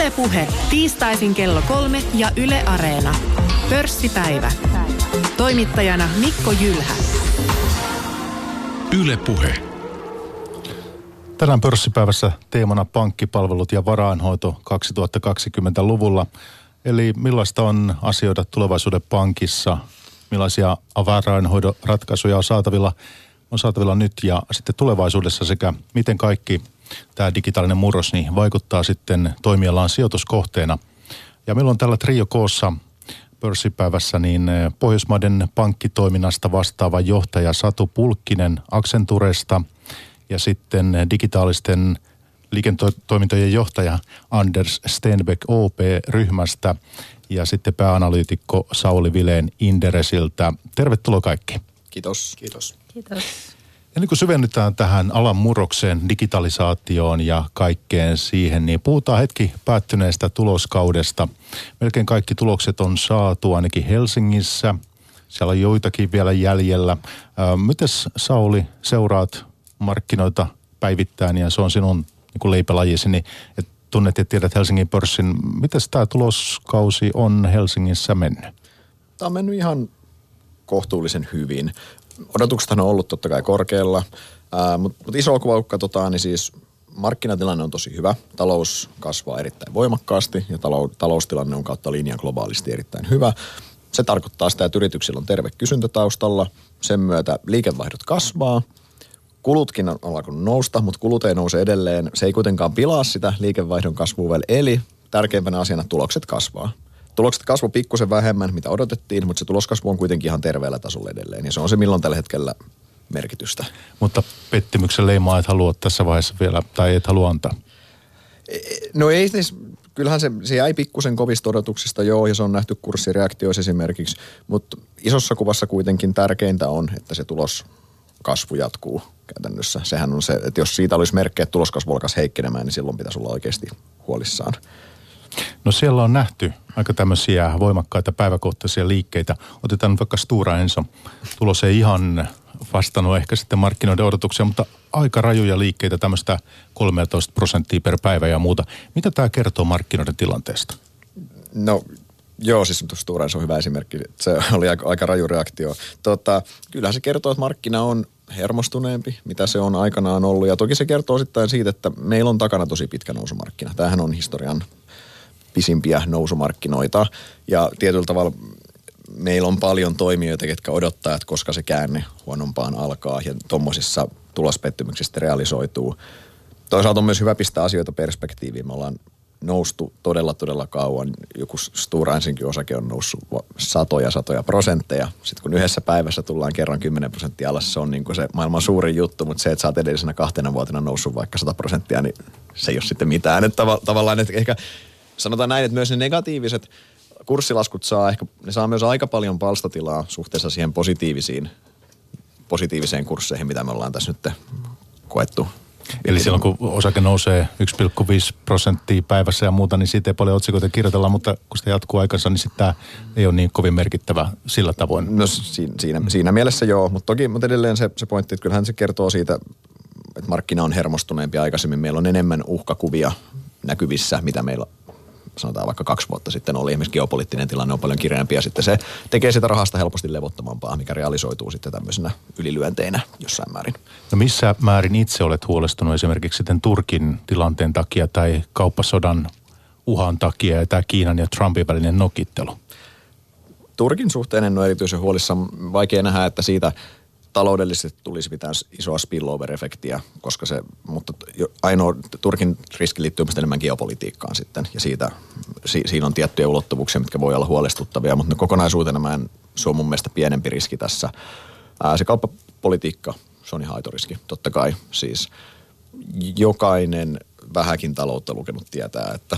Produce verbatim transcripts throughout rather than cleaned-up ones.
Yle Puhe, tiistaisin kello kolme ja Yle Areena. Pörssipäivä. Toimittajana Mikko Jylhä. Yle Puhe. Tänään pörssipäivässä teemana pankkipalvelut ja varainhoito kaksituhattakaksikymmentäluvulla. Eli millaista on asioida tulevaisuuden pankissa, millaisia varainhoidon ratkaisuja on saatavilla, on saatavilla nyt ja sitten tulevaisuudessa sekä miten kaikki tämä digitaalinen murros niin vaikuttaa sitten toimialaan sijoituskohteena. Ja meillä on tällä trio koossa pörssipäivässä niin Pohjoismaiden pankkitoiminnasta vastaava johtaja Satu Pulkkinen Accenturesta ja sitten digitaalisten liiketoimintojen johtaja Anders Stenbeck O P-ryhmästä ja sitten pääanalyytikko Sauli Vilén Inderesiltä. Tervetuloa kaikki. Kiitos. Kiitos. Kiitos. Ennen kuin syvennytään tähän alan murrokseen, digitalisaatioon ja kaikkeen siihen, niin puhutaan hetki päättyneestä tuloskaudesta. Melkein kaikki tulokset on saatu ainakin Helsingissä. Siellä on joitakin vielä jäljellä. Mites Sauli seuraat markkinoita päivittäin ja se on sinun niin kuin leipälajisi, niin että tunnet ja tiedät Helsingin pörssin. Mites tämä tuloskausi on Helsingissä mennyt? Tämä on mennyt ihan kohtuullisen hyvin. Odotuksethan on ollut totta kai korkealla, ää, mutta mut iso kuva kun katsotaan, niin siis markkinatilanne on tosi hyvä. Talous kasvaa erittäin voimakkaasti ja talou, taloustilanne on kautta linjan globaalisti erittäin hyvä. Se tarkoittaa sitä, että yrityksillä on terve kysyntä taustalla. Sen myötä liikevaihdot kasvaa. Kulutkin on alkanut nousta, mutta kulut ei nouse edelleen. Se ei kuitenkaan pilaa sitä liikevaihdon kasvua vielä. Eli tärkeimpänä asiana tulokset kasvaa. Tulokset kasvoi pikkusen vähemmän, mitä odotettiin, mutta se tuloskasvu on kuitenkin ihan terveellä tasolla edelleen. Ja se on se, milloin tällä hetkellä merkitystä. Mutta pettymyksen leimaa et halua tässä vaiheessa vielä, tai et halua antaa? No ei, siis, kyllähän se, se jäi pikkusen kovista odotuksista, joo, ja se on nähty kurssireaktioissa esimerkiksi. Mutta isossa kuvassa kuitenkin tärkeintä on, että se tuloskasvu jatkuu käytännössä. Sehän on se, että jos siitä olisi merkkejä, että tuloskasvu alkaisi heikkenemään, niin silloin pitäisi olla oikeasti huolissaan. No siellä on nähty aika tämmöisiä voimakkaita päiväkohtaisia liikkeitä. Otetaan nyt vaikka Stora Enso. Tulos ei ihan vastannut ehkä sitten markkinoiden odotuksia, mutta aika rajuja liikkeitä, tämmöistä kolmetoista prosenttia per päivä ja muuta. Mitä tämä kertoo markkinoiden tilanteesta? No joo, siis Stora Enso on hyvä esimerkki. Se oli aika, aika raju reaktio. Tota, kyllähän se kertoo, että markkina on hermostuneempi, mitä se on aikanaan ollut. Ja toki se kertoo osittain siitä, että meillä on takana tosi pitkä nousumarkkina. Tämähän on historian pisimpiä nousumarkkinoita ja tietyllä tavalla meillä on paljon toimijoita, ketkä odottaa, että koska se käänne huonompaan alkaa ja tuommoisissa tulospettymyksistä realisoituu. Toisaalta on myös hyvä pistää asioita perspektiiviin. Me ollaan noustu todella, todella kauan. Joku Stora Ensinkin osake on noussut satoja, satoja prosentteja. Sitten kun yhdessä päivässä tullaan kerran kymmenen prosenttia alas, se on niin kuin se maailman suurin juttu, mutta se, että sä oot edellisenä kahtena vuotena noussut vaikka sata prosenttia, niin se ei ole sitten mitään. Että tav- tavallaan, että ehkä sanotaan näin, että myös ne negatiiviset kurssilaskut saa ehkä, ne saa myös aika paljon palstatilaa suhteessa siihen positiivisiin, positiiviseen kursseihin, mitä me ollaan tässä nyt koettu. Eli silloin kun osake nousee yksi pilkku viisi prosenttia päivässä ja muuta, niin siitä ei paljon otsikoita kirjoitella, mutta kun sitä jatkuu aikansa, niin sitten tämä ei ole niin kovin merkittävä sillä tavoin. No siinä, siinä, siinä mielessä joo, mutta toki mutta edelleen se, se pointti, että kyllähän se kertoo siitä, että markkina on hermostuneempi aikaisemmin. Meillä on enemmän uhkakuvia näkyvissä, mitä meillä sanotaan vaikka kaksi vuotta sitten oli. Esimerkiksi geopoliittinen tilanne on paljon kireämpi ja sitten se tekee sitä rahasta helposti levottomampaa, mikä realisoituu sitten tämmöisenä ylilyönteinä jossain määrin. No missä määrin itse olet huolestunut esimerkiksi sitten Turkin tilanteen takia tai kauppasodan uhan takia ja tämä Kiinan ja Trumpin välinen nokittelu? Turkin suhteen en ole erityisen huolissaan. Vaikea nähdä, että siitä taloudellisesti tulisi mitään isoa spillover-efektiä, koska se, mutta ainoa Turkin riski liittyy myös enemmän geopolitiikkaan sitten, ja siitä, si, siinä on tiettyjä ulottuvuuksia, mitkä voi olla huolestuttavia, mutta kokonaisuutena mä en, se on mun mielestä pienempi riski tässä. Ää, se kauppapolitiikka, se on ihan aito riski, totta kai, siis jokainen vähäkin taloutta lukenut tietää, että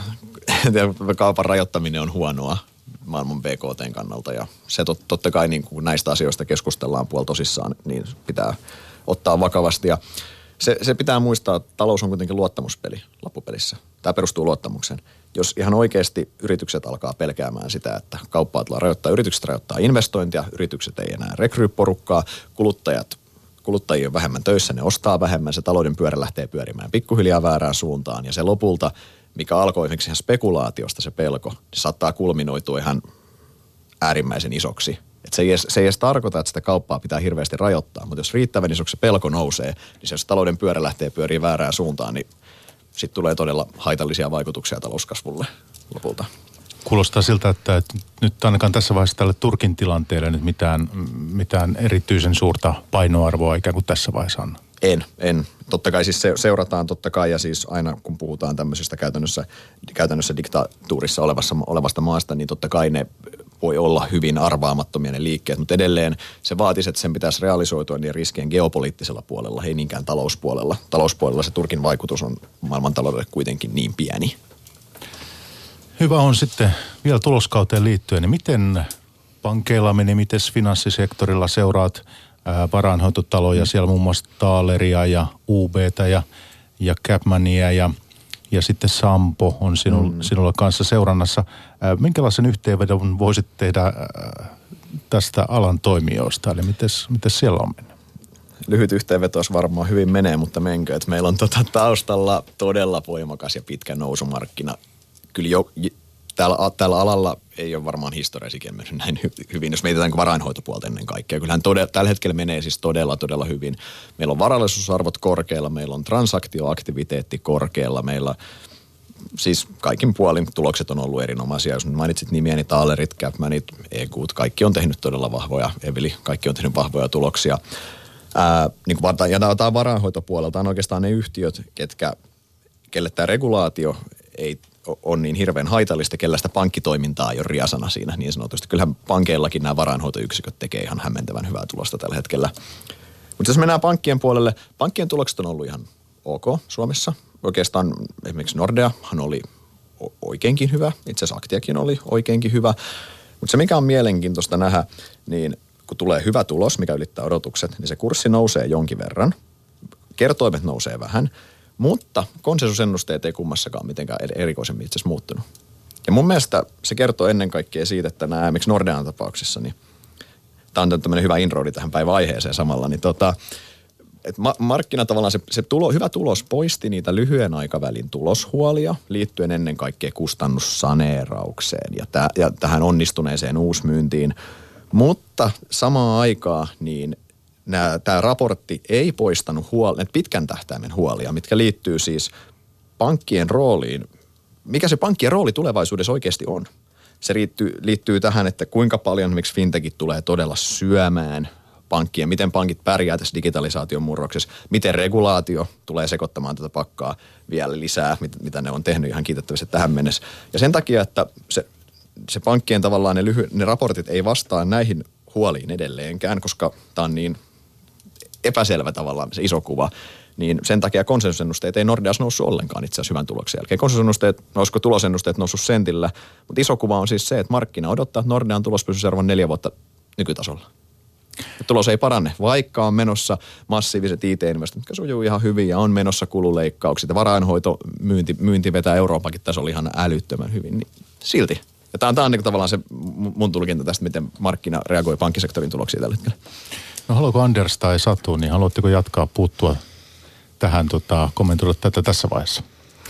kaupan rajoittaminen on huonoa maailman B K T:n kannalta ja se tot, totta kai niin kun näistä asioista keskustellaan puol tosissaan, niin pitää ottaa vakavasti ja se, se pitää muistaa, että talous on kuitenkin luottamuspeli loppupelissä. Tämä perustuu luottamukseen. Jos ihan oikeasti yritykset alkaa pelkäämään sitä, että kauppaa tullaan rajoittaa, yritykset rajoittaa investointia, yritykset ei enää rekryy porukkaa, kuluttajat, kuluttajia on vähemmän töissä, ne ostaa vähemmän, se talouden pyörä lähtee pyörimään pikkuhiljaa väärään suuntaan ja se lopulta mikä alkoi esimerkiksi ihan spekulaatiosta se pelko, niin saattaa kulminoitua ihan äärimmäisen isoksi. Et se, ei edes, se ei edes tarkoita, että sitä kauppaa pitää hirveästi rajoittaa, mutta jos riittävän isoksi se pelko nousee, niin se, jos talouden pyörä lähtee pyöriin väärään suuntaan, niin sitten tulee todella haitallisia vaikutuksia talouskasvulle lopulta. Kuulostaa siltä, että nyt ainakaan tässä vaiheessa tälle Turkin tilanteelle nyt mitään, mitään erityisen suurta painoarvoa ikään kuin tässä vaiheessa on. En, en. Totta kai siis seurataan totta kai ja siis aina kun puhutaan tämmöisestä käytännössä, käytännössä diktatuurissa olevassa, olevasta maasta, niin totta kai ne voi olla hyvin arvaamattomia ne liikkeet, mutta edelleen se vaatisi, että sen pitäisi realisoitua niin riskien geopoliittisella puolella, ei niinkään talouspuolella. Talouspuolella se Turkin vaikutus on maailmantaloudelle kuitenkin niin pieni. Hyvä on sitten vielä tuloskauteen liittyen, niin miten pankeilla meni, miten finanssisektorilla seuraat ää, varainhoitotaloja, mm. siellä muun muassa Taaleria ja U B:tä ja, ja Capmania ja, ja sitten Sampo on sinul, mm. sinulla kanssa seurannassa. Ää, minkälaisen yhteenvedon voisit tehdä ää, tästä alan toimijoista, eli mites, mites siellä on mennyt? Lyhyt yhteenveto varmaan hyvin menee, mutta menkö, että meillä on tota taustalla todella voimakas ja pitkä nousumarkkina. Kyllä jo, täällä, täällä alalla ei ole varmaan historiasikin mennyt näin hyvin, jos mietitään varainhoitopuolta ennen kaikkea. Kyllähän todella, tällä hetkellä menee siis todella, todella hyvin. Meillä on varallisuusarvot korkealla, meillä on transaktioaktiviteetti korkealla, meillä siis kaikin puolin tulokset on ollut erinomaisia. Jos mainitsit nimiä, niin Taalerit, Capmanit, E Q:t, kaikki on tehnyt todella vahvoja, Eveli, kaikki on tehnyt vahvoja tuloksia. Ää, niin kuin, ja tämä varainhoitopuolelta on oikeastaan ne yhtiöt, ketkä, kelle tämä regulaatio ei on niin hirveän haitallista, kellä sitä pankkitoimintaa ei ole riasana siinä niin sanotusti. Kyllähän pankeillakin nämä varainhoitoyksiköt tekee ihan hämmentävän hyvää tulosta tällä hetkellä. Mutta jos mennään pankkien puolelle, pankkien tulokset on ollut ihan ok Suomessa. Oikeastaan esimerkiksi Nordeahan oli oikeinkin hyvä, itse asiassa Aktiakin oli oikeinkin hyvä. Mutta se mikä on mielenkiintoista nähdä, niin kun tulee hyvä tulos, mikä ylittää odotukset, niin se kurssi nousee jonkin verran. Kertoimet nousee vähän. Mutta konsensusennusteet ei kummassakaan mitenkään erikoisemmin itse asiassa muuttunut. Ja mun mielestä se kertoo ennen kaikkea siitä, että nämä esimerkiksi Nordean tapauksessa, niin tämä on tämmöinen hyvä inroadi tähän päivän aiheeseen samalla, niin tota, että ma- markkina tavallaan se, se tulo, hyvä tulos poisti niitä lyhyen aikavälin tuloshuolia liittyen ennen kaikkea kustannussaneeraukseen ja, täh, ja tähän onnistuneeseen uusmyyntiin. Mutta samaan aikaan niin tämä raportti ei poistanut huol- pitkän tähtäimen huolia, mitkä liittyy siis pankkien rooliin. Mikä se pankkien rooli tulevaisuudessa oikeasti on? Se liittyy, liittyy tähän, että kuinka paljon miksi fintechit tulee todella syömään pankkien, miten pankit pärjää tässä digitalisaation murroksessa, miten regulaatio tulee sekoittamaan tätä pakkaa vielä lisää, mit, mitä ne on tehnyt ihan kiitettävästi tähän mennessä. Ja sen takia, että se, se pankkien tavallaan ne, lyhy, ne raportit ei vastaa näihin huoliin edelleenkään, koska tämä on niin epäselvä tavallaan se iso kuva, niin sen takia konsensusennusteet ei Nordeas noussut ollenkaan itse asiassa hyvän tuloksen jälkeen. Konsensusennusteet, nousiko tulosennusteet noussut sentillä, mutta iso kuva on siis se, että markkina odottaa, että Nordean tulos pysyy seuraavan neljä vuotta nykytasolla. Tulos ei paranne, vaikka on menossa massiiviset I T-investoinnit, mitkä sujuu ihan hyvin ja on menossa kululeikkauksia. Ja varainhoito, myynti, myynti vetää Euroopankin tasolla ihan älyttömän hyvin, niin silti. Ja tämä on, tämä on niin tavallaan se mun tulkinta tästä, miten markkina reagoi pankkisektorin tuloksiin tällä hetkellä. No haluatko Anders tai Satu, niin haluatteko jatkaa puuttua tähän, tota, kommentoida tätä tässä vaiheessa?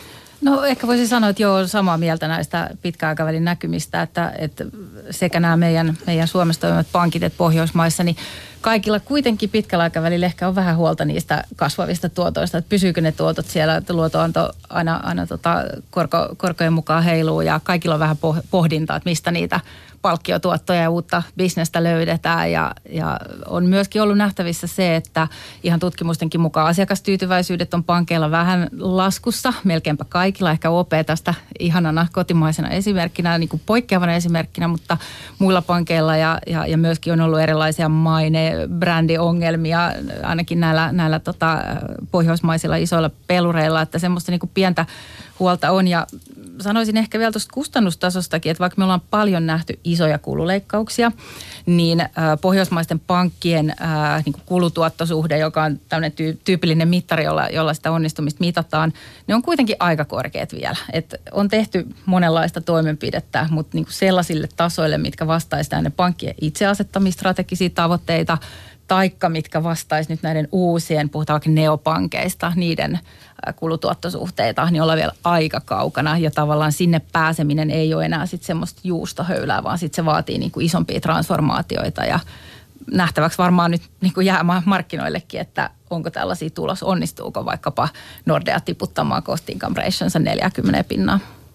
No ehkä voisin sanoa, että joo, samaa mieltä näistä pitkäaikavälin näkymistä, että, että sekä nämä meidän, meidän Suomessa toimivat pankit että Pohjoismaissa, niin kaikilla kuitenkin pitkällä aikavälillä ehkä on vähän huolta niistä kasvavista tuotoista, että pysyykö ne tuotot siellä, että luotonanto aina, aina tota korko, korkojen mukaan heiluu ja kaikilla on vähän pohdintaa, että mistä niitä palkkiotuottoja ja uutta bisnestä löydetään ja, ja on myöskin ollut nähtävissä se, että ihan tutkimustenkin mukaan asiakastyytyväisyydet on pankeilla vähän laskussa, melkeinpä kaikilla, ehkä O P tästä ihanana kotimaisena esimerkkinä, niin kuin poikkeavana esimerkkinä, mutta muilla pankeilla ja, ja, ja myöskin on ollut erilaisia maine, brändiongelmia ainakin näillä, näillä tota, pohjoismaisilla isoilla pelureilla, että semmoista niin kuin pientä huolta on ja sanoisin ehkä vielä tuosta kustannustasostakin, että vaikka me ollaan paljon nähty isoja kululeikkauksia, niin pohjoismaisten pankkien niin kuin kulutuottosuhde, joka on tämmöinen tyypillinen mittari, jolla, jolla sitä onnistumista mitataan, ne on kuitenkin aika korkeat vielä. Et on tehty monenlaista toimenpidettä, mutta niin kuin sellaisille tasoille, mitkä vastaisivat ne pankkien itse asettamia strategisia tavoitteita, taikka mitkä vastaisi nyt näiden uusien, puhutaan vaikka neopankeista, niiden kulutuottosuhteita, niin ollaan vielä aika kaukana ja tavallaan sinne pääseminen ei ole enää sitten semmoista juustohöylää, vaan sitten se vaatii niin kuin isompia transformaatioita ja nähtäväksi varmaan nyt niin kuin jää markkinoillekin, että onko tällaisia tulos, onnistuuko vaikkapa Nordea tiputtamaan cost income rationsa neljäkymmentä pinnaa.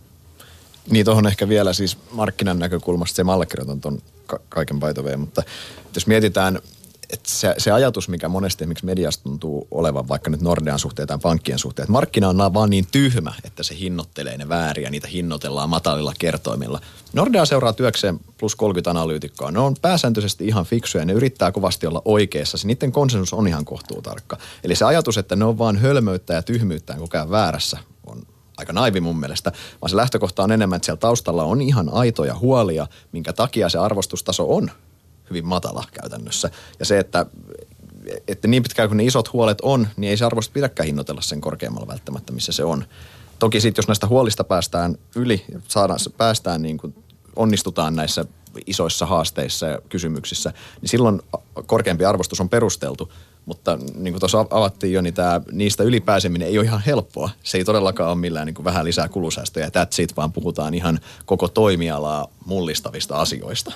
Niin tuohon ehkä vielä siis markkinan näkökulmasta se mä allekirjoitan tuon ka- kaiken paitoveen, mutta jos mietitään, että se, se ajatus, mikä monesti esimerkiksi mediasta tuntuu olevan vaikka nyt Nordean suhteen tai pankkien suhteen, että markkina on vaan niin tyhmä, että se hinnoittelee ne väärin ja niitä hinnoitellaan matalilla kertoimilla. Nordea seuraa työkseen plus kolmekymmentä analyytikkoa. Ne on pääsääntöisesti ihan fiksuja ja ne yrittää kovasti olla oikeassa. Se niiden konsensus on ihan kohtuutarkka. Eli se ajatus, että ne on vaan hölmöyttä ja tyhmyyttään koko ajan väärässä, on aika naivi mun mielestä, vaan se lähtökohta on enemmän, että siellä taustalla on ihan aitoja huolia, minkä takia se arvostustaso on hyvin matala käytännössä. Ja se, että, että niin pitkään kuin ne isot huolet on, niin ei se arvosta pidäkään hinnoitella sen korkeammalla välttämättä, missä se on. Toki sitten, jos näistä huolista päästään yli, saadaan, päästään niin kuin onnistutaan näissä isoissa haasteissa ja kysymyksissä, niin silloin korkeampi arvostus on perusteltu. Mutta niin kuin tuossa avattiin jo, niin tämä, niistä ylipääseminen ei ole ihan helppoa. Se ei todellakaan ole millään niin kuin vähän lisää kulusäästöjä. That's it, vaan puhutaan ihan koko toimialaa mullistavista asioista.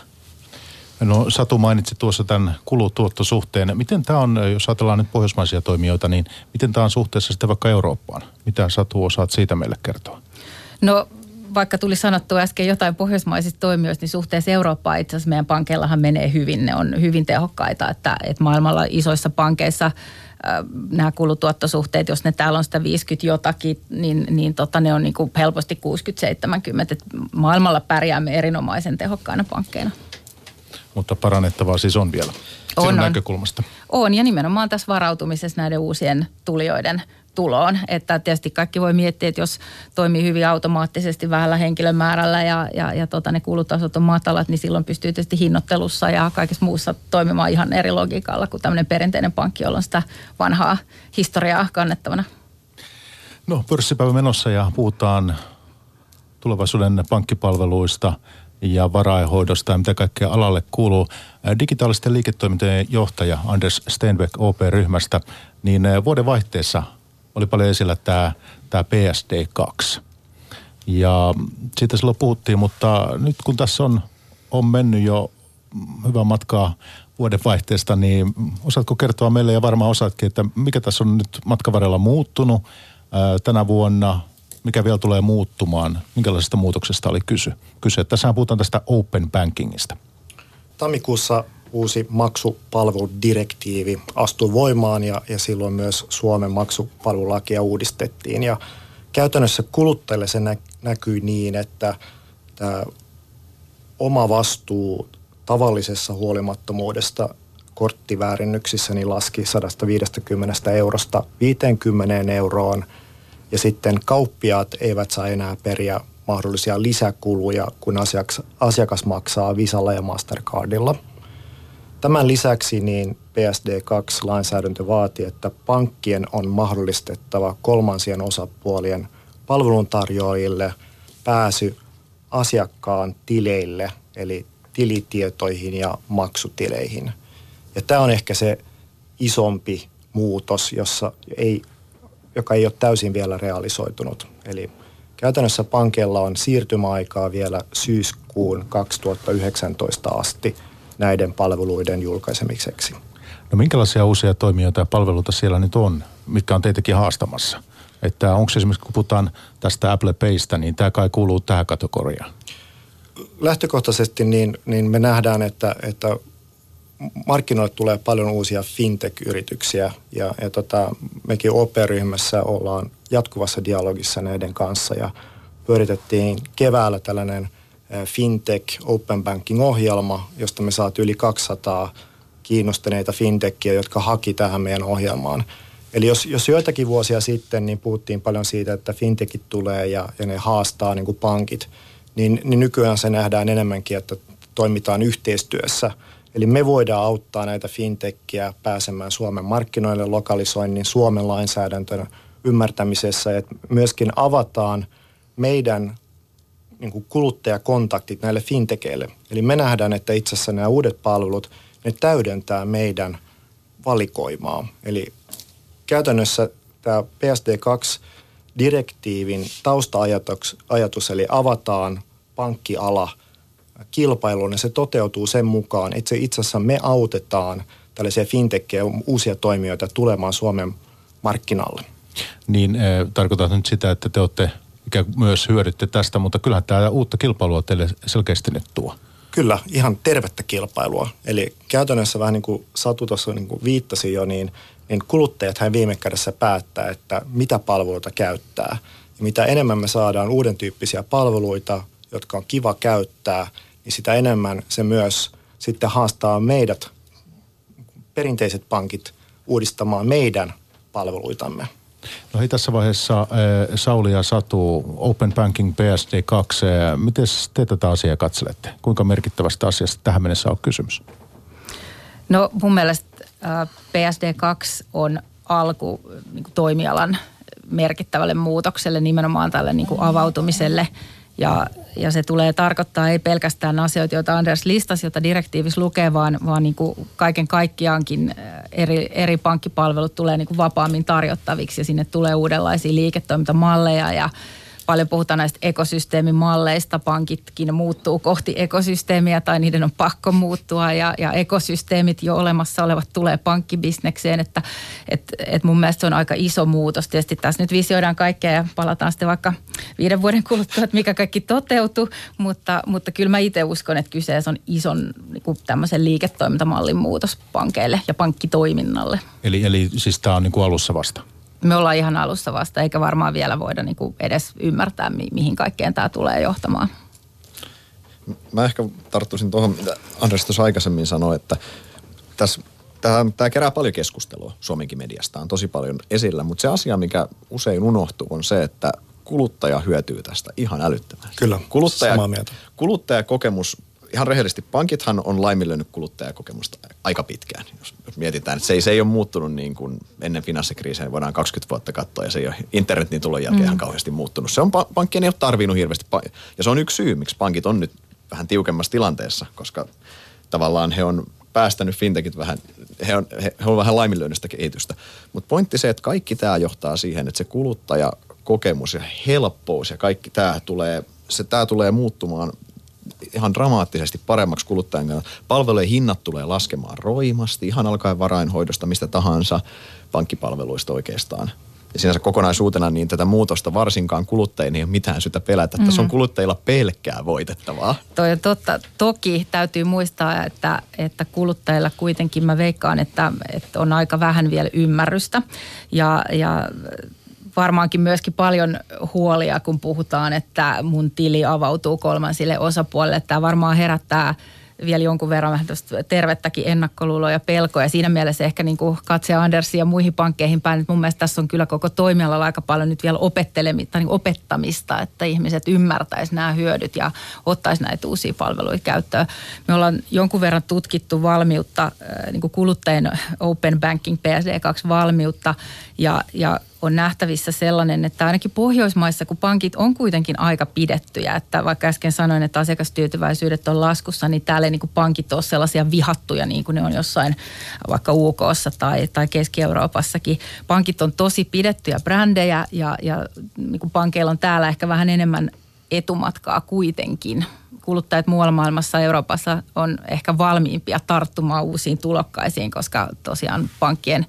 No Satu mainitsi tuossa tämän kulutuottosuhteen. Miten tämä on, jos ajatellaan nyt pohjoismaisia toimijoita, niin miten tämä on suhteessa sitten vaikka Eurooppaan? Mitä Satu osaat siitä meille kertoa? No vaikka tuli sanottua äsken jotain pohjoismaisista toimijoista, niin suhteessa Eurooppaan itse asiassa meidän pankeillahan menee hyvin. Ne on hyvin tehokkaita, että, että maailmalla isoissa pankeissa äh, nämä kulutuottosuhteet, jos ne täällä on sitä viisikymmentä jotakin, niin, niin tota, ne on niin kuin helposti kuusikymmentä seitsemänkymmentä. Että maailmalla pärjäämme erinomaisen tehokkaina pankkeina. Mutta parannettavaa siis on vielä on, sinun on. näkökulmasta. On, ja nimenomaan tässä varautumisessa näiden uusien tulijoiden tuloon. Että tietysti kaikki voi miettiä, että jos toimii hyvin automaattisesti vähällä henkilömäärällä ja, ja, ja tota, ne kulutasot on matalat, niin silloin pystyy tietysti hinnoittelussa ja kaikessa muussa toimimaan ihan eri logiikalla kuin tämmöinen perinteinen pankki, jolla on sitä vanhaa historiaa kannettavana. No pörssipäivä menossa ja puhutaan tulevaisuuden pankkipalveluista ja varainhoidosta ja mitä kaikkea alalle kuuluu. Digitaalisten liiketoimintojen johtaja Anders Stenbeck O P-ryhmästä, niin vuodenvaihteessa oli paljon esillä tämä, tämä P S D kaksi. Ja siitä silloin puhuttiin, mutta nyt kun tässä on, on mennyt jo hyvää matkaa vuodenvaihteesta, niin osaatko kertoa meille ja varmaan osaatkin, että mikä tässä on nyt matkan varrella muuttunut ää, tänä vuonna, mikä vielä tulee muuttumaan, minkälaisesta muutoksesta oli kysy. kyse. Tässähän puhutaan tästä open bankingista. Tammikuussa uusi maksupalveludirektiivi astui voimaan ja, ja silloin myös Suomen maksupalvelulakia uudistettiin. Ja käytännössä kuluttajille se nä, näkyy niin, että tämä oma vastuu tavallisessa huolimattomuudesta korttiväärennyksissä niin laski sata viisikymmentä eurosta viisikymmentä euroon. Ja sitten kauppiaat eivät saa enää periä mahdollisia lisäkuluja, kun asiakas, asiakas maksaa Visalla ja Mastercardilla. Tämän lisäksi niin P S D kaksi-lainsäädäntö vaatii, että pankkien on mahdollistettava kolmansien osapuolien palveluntarjoajille pääsy asiakkaan tileille, eli tilitietoihin ja maksutileihin. Ja tämä on ehkä se isompi muutos, jossa ei, joka ei ole täysin vielä realisoitunut. Eli käytännössä pankeilla on siirtymäaikaa vielä syyskuun kaksituhattayhdeksäntoista asti näiden palveluiden julkaisemiseksi. No minkälaisia uusia toimijoita ja palveluita siellä nyt on, mitkä on teitäkin haastamassa? Että onko esimerkiksi, kun puhutaan tästä Apple Paystä, niin tämä kai kuuluu tähän kategoriaan? Lähtökohtaisesti niin, niin me nähdään, että, että markkinoille tulee paljon uusia fintech-yrityksiä ja, ja tota, mekin O P-ryhmässä ollaan jatkuvassa dialogissa näiden kanssa ja pyöritettiin keväällä tällainen fintech open banking-ohjelma, josta me saatiin yli kaksisataa kiinnostuneita fintechia, jotka haki tähän meidän ohjelmaan. Eli jos, jos joitakin vuosia sitten niin puhuttiin paljon siitä, että fintechit tulee ja, ja ne haastaa niin kuin pankit, niin, niin nykyään se nähdään enemmänkin, että toimitaan yhteistyössä. Eli me voidaan auttaa näitä fintechkiä pääsemään Suomen markkinoille lokalisoinnin Suomen lainsäädäntön ymmärtämisessä, että myöskin avataan meidän niin kuin kuluttajakontaktit näille fintecheille. Eli me nähdään, että itse asiassa nämä uudet palvelut, ne täydentää meidän valikoimaa. Eli käytännössä tämä P S D kaksi direktiivin tausta-ajatus, ajatus, eli avataan pankkiala kilpailuun, ja se toteutuu sen mukaan, että se itse asiassa me autetaan tällaisia fintechejä, uusia toimijoita tulemaan Suomen markkinalle. Niin äh, tarkoitan nyt sitä, että te olette ikään kuin myös hyödytte tästä, mutta kyllähän tämä uutta kilpailua teille selkeästi nyt tuo. Kyllä, ihan tervettä kilpailua. Eli käytännössä vähän niin kuin Satu tuossa niin kuin viittasi jo, niin, niin kuluttajathan viime kädessä päättää, että mitä palveluita käyttää. Ja mitä enemmän me saadaan uuden tyyppisiä palveluita, jotka on kiva käyttää, niin sitä enemmän se myös sitten haastaa meidät, perinteiset pankit, uudistamaan meidän palveluitamme. No hei, tässä vaiheessa äh, Sauli ja Satu, Open Banking P S D kaksi, äh, miten te tätä asiaa katselette? Kuinka merkittävästä asiasta tähän mennessä on kysymys? No mun mielestä äh, P S D kaksi on alku niin kuin toimialan merkittävälle muutokselle, nimenomaan tälle niin kuin avautumiselle. Ja, ja se tulee tarkoittaa ei pelkästään asioita, joita Anders listasi, joita direktiivissä lukee, vaan, vaan niin kuin kaiken kaikkiaankin eri, eri pankkipalvelut tulee niin kuin vapaammin tarjottaviksi ja sinne tulee uudenlaisia liiketoimintamalleja ja paljon puhutaan näistä ekosysteemimalleista. Pankitkin muuttuu kohti ekosysteemiä tai niiden on pakko muuttua ja, ja ekosysteemit jo olemassa olevat tulee pankkibisnekseen, että et, et mun mielestä se on aika iso muutos. Tietysti tässä nyt visioidaan kaikkea ja palataan sitten vaikka viiden vuoden kuluttua, että mikä kaikki toteutuu, mutta, mutta kyllä mä itse uskon, että kyseessä on ison niin kuin tämmöisen liiketoimintamallin muutos pankeille ja pankkitoiminnalle. Eli, eli siis tämä on niin kuin alussa vasta? Me ollaan ihan alussa vasta, eikä varmaan vielä voida niin kuin edes ymmärtää, mi- mihin kaikkeen tämä tulee johtamaan. Mä ehkä tarttuisin tuohon, mitä Anders tuossa aikaisemmin sanoi, että tässä, tämä kerää paljon keskustelua Suomenkin mediasta, on tosi paljon esillä, mutta se asia, mikä usein unohtuu, on se, että kuluttaja hyötyy tästä ihan älyttömästi. Kyllä, Kuluttaja, samaa mieltä. Kuluttajakokemus, ihan rehellisesti, pankithan on laiminlyönyt kuluttajakokemusta aika pitkään. Jos, jos mietitään, että se ei, se ei ole muuttunut niin kuin ennen finanssikriisiä, niin voidaan kaksikymmentä vuotta katsoa, ja se ei ole internetin tulon jälkeen mm. ihan kauheasti muuttunut. Se on, pankkien ei ole tarvinnut hirveästi, ja se on yksi syy, miksi pankit on nyt vähän tiukemmassa tilanteessa, koska tavallaan he on päästänyt fintechit vähän, he on, he, he on vähän laiminlyönyt sitä kehitystä. Mutta pointti se, että kaikki tämä johtaa siihen, että se kuluttajakokemus ja helppous ja kaikki tämä tulee, se tämä tulee muuttumaan ihan dramaattisesti paremmaksi kuluttajan kannalta. Palvelujen hinnat tulee laskemaan roimasti, ihan alkaen varainhoidosta, mistä tahansa, pankkipalveluista oikeastaan. Ja sinänsä kokonaisuutena niin tätä muutosta varsinkaan kuluttajien ei ole mitään syytä pelätä. Mm-hmm. Tässä on kuluttajilla pelkkää voitettavaa. Toi on totta. Toki täytyy muistaa, että, että kuluttajilla kuitenkin mä veikkaan, että, että on aika vähän vielä ymmärrystä. Ja, ja varmaankin myöskin paljon huolia, kun puhutaan, että mun tili avautuu kolmansille osapuolelle. Tämä varmaan herättää vielä jonkun verran vähän tervettäkin ennakkoluuloa ja pelkoa. Ja siinä mielessä ehkä niin kuin katse Andersiin ja muihin pankkeihin päin, että mun mielestä tässä on kyllä koko toimialalla aika paljon nyt vielä opettelemista, niin opettamista, että ihmiset ymmärtäisi nämä hyödyt ja ottaisi näitä uusia palveluita käyttöön. Me ollaan jonkun verran tutkittu valmiutta, niin kuin kuluttajien Open Banking P S D kaksi valmiutta ja, ja on nähtävissä sellainen, että ainakin Pohjoismaissa, kun pankit on kuitenkin aika pidettyjä, että vaikka äsken sanoin, että asiakastyytyväisyydet on laskussa, niin täällä ei niin kuin pankit ole sellaisia vihattuja, niin kuin ne on jossain vaikka U K:ssa tai, tai Keski-Euroopassakin. Pankit on tosi pidettyjä brändejä ja, ja niin kuin pankeilla on täällä ehkä vähän enemmän etumatkaa kuitenkin. Kuluttajat muualla maailmassa ja Euroopassa on ehkä valmiimpia tarttumaan uusiin tulokkaisiin, koska tosiaan pankkien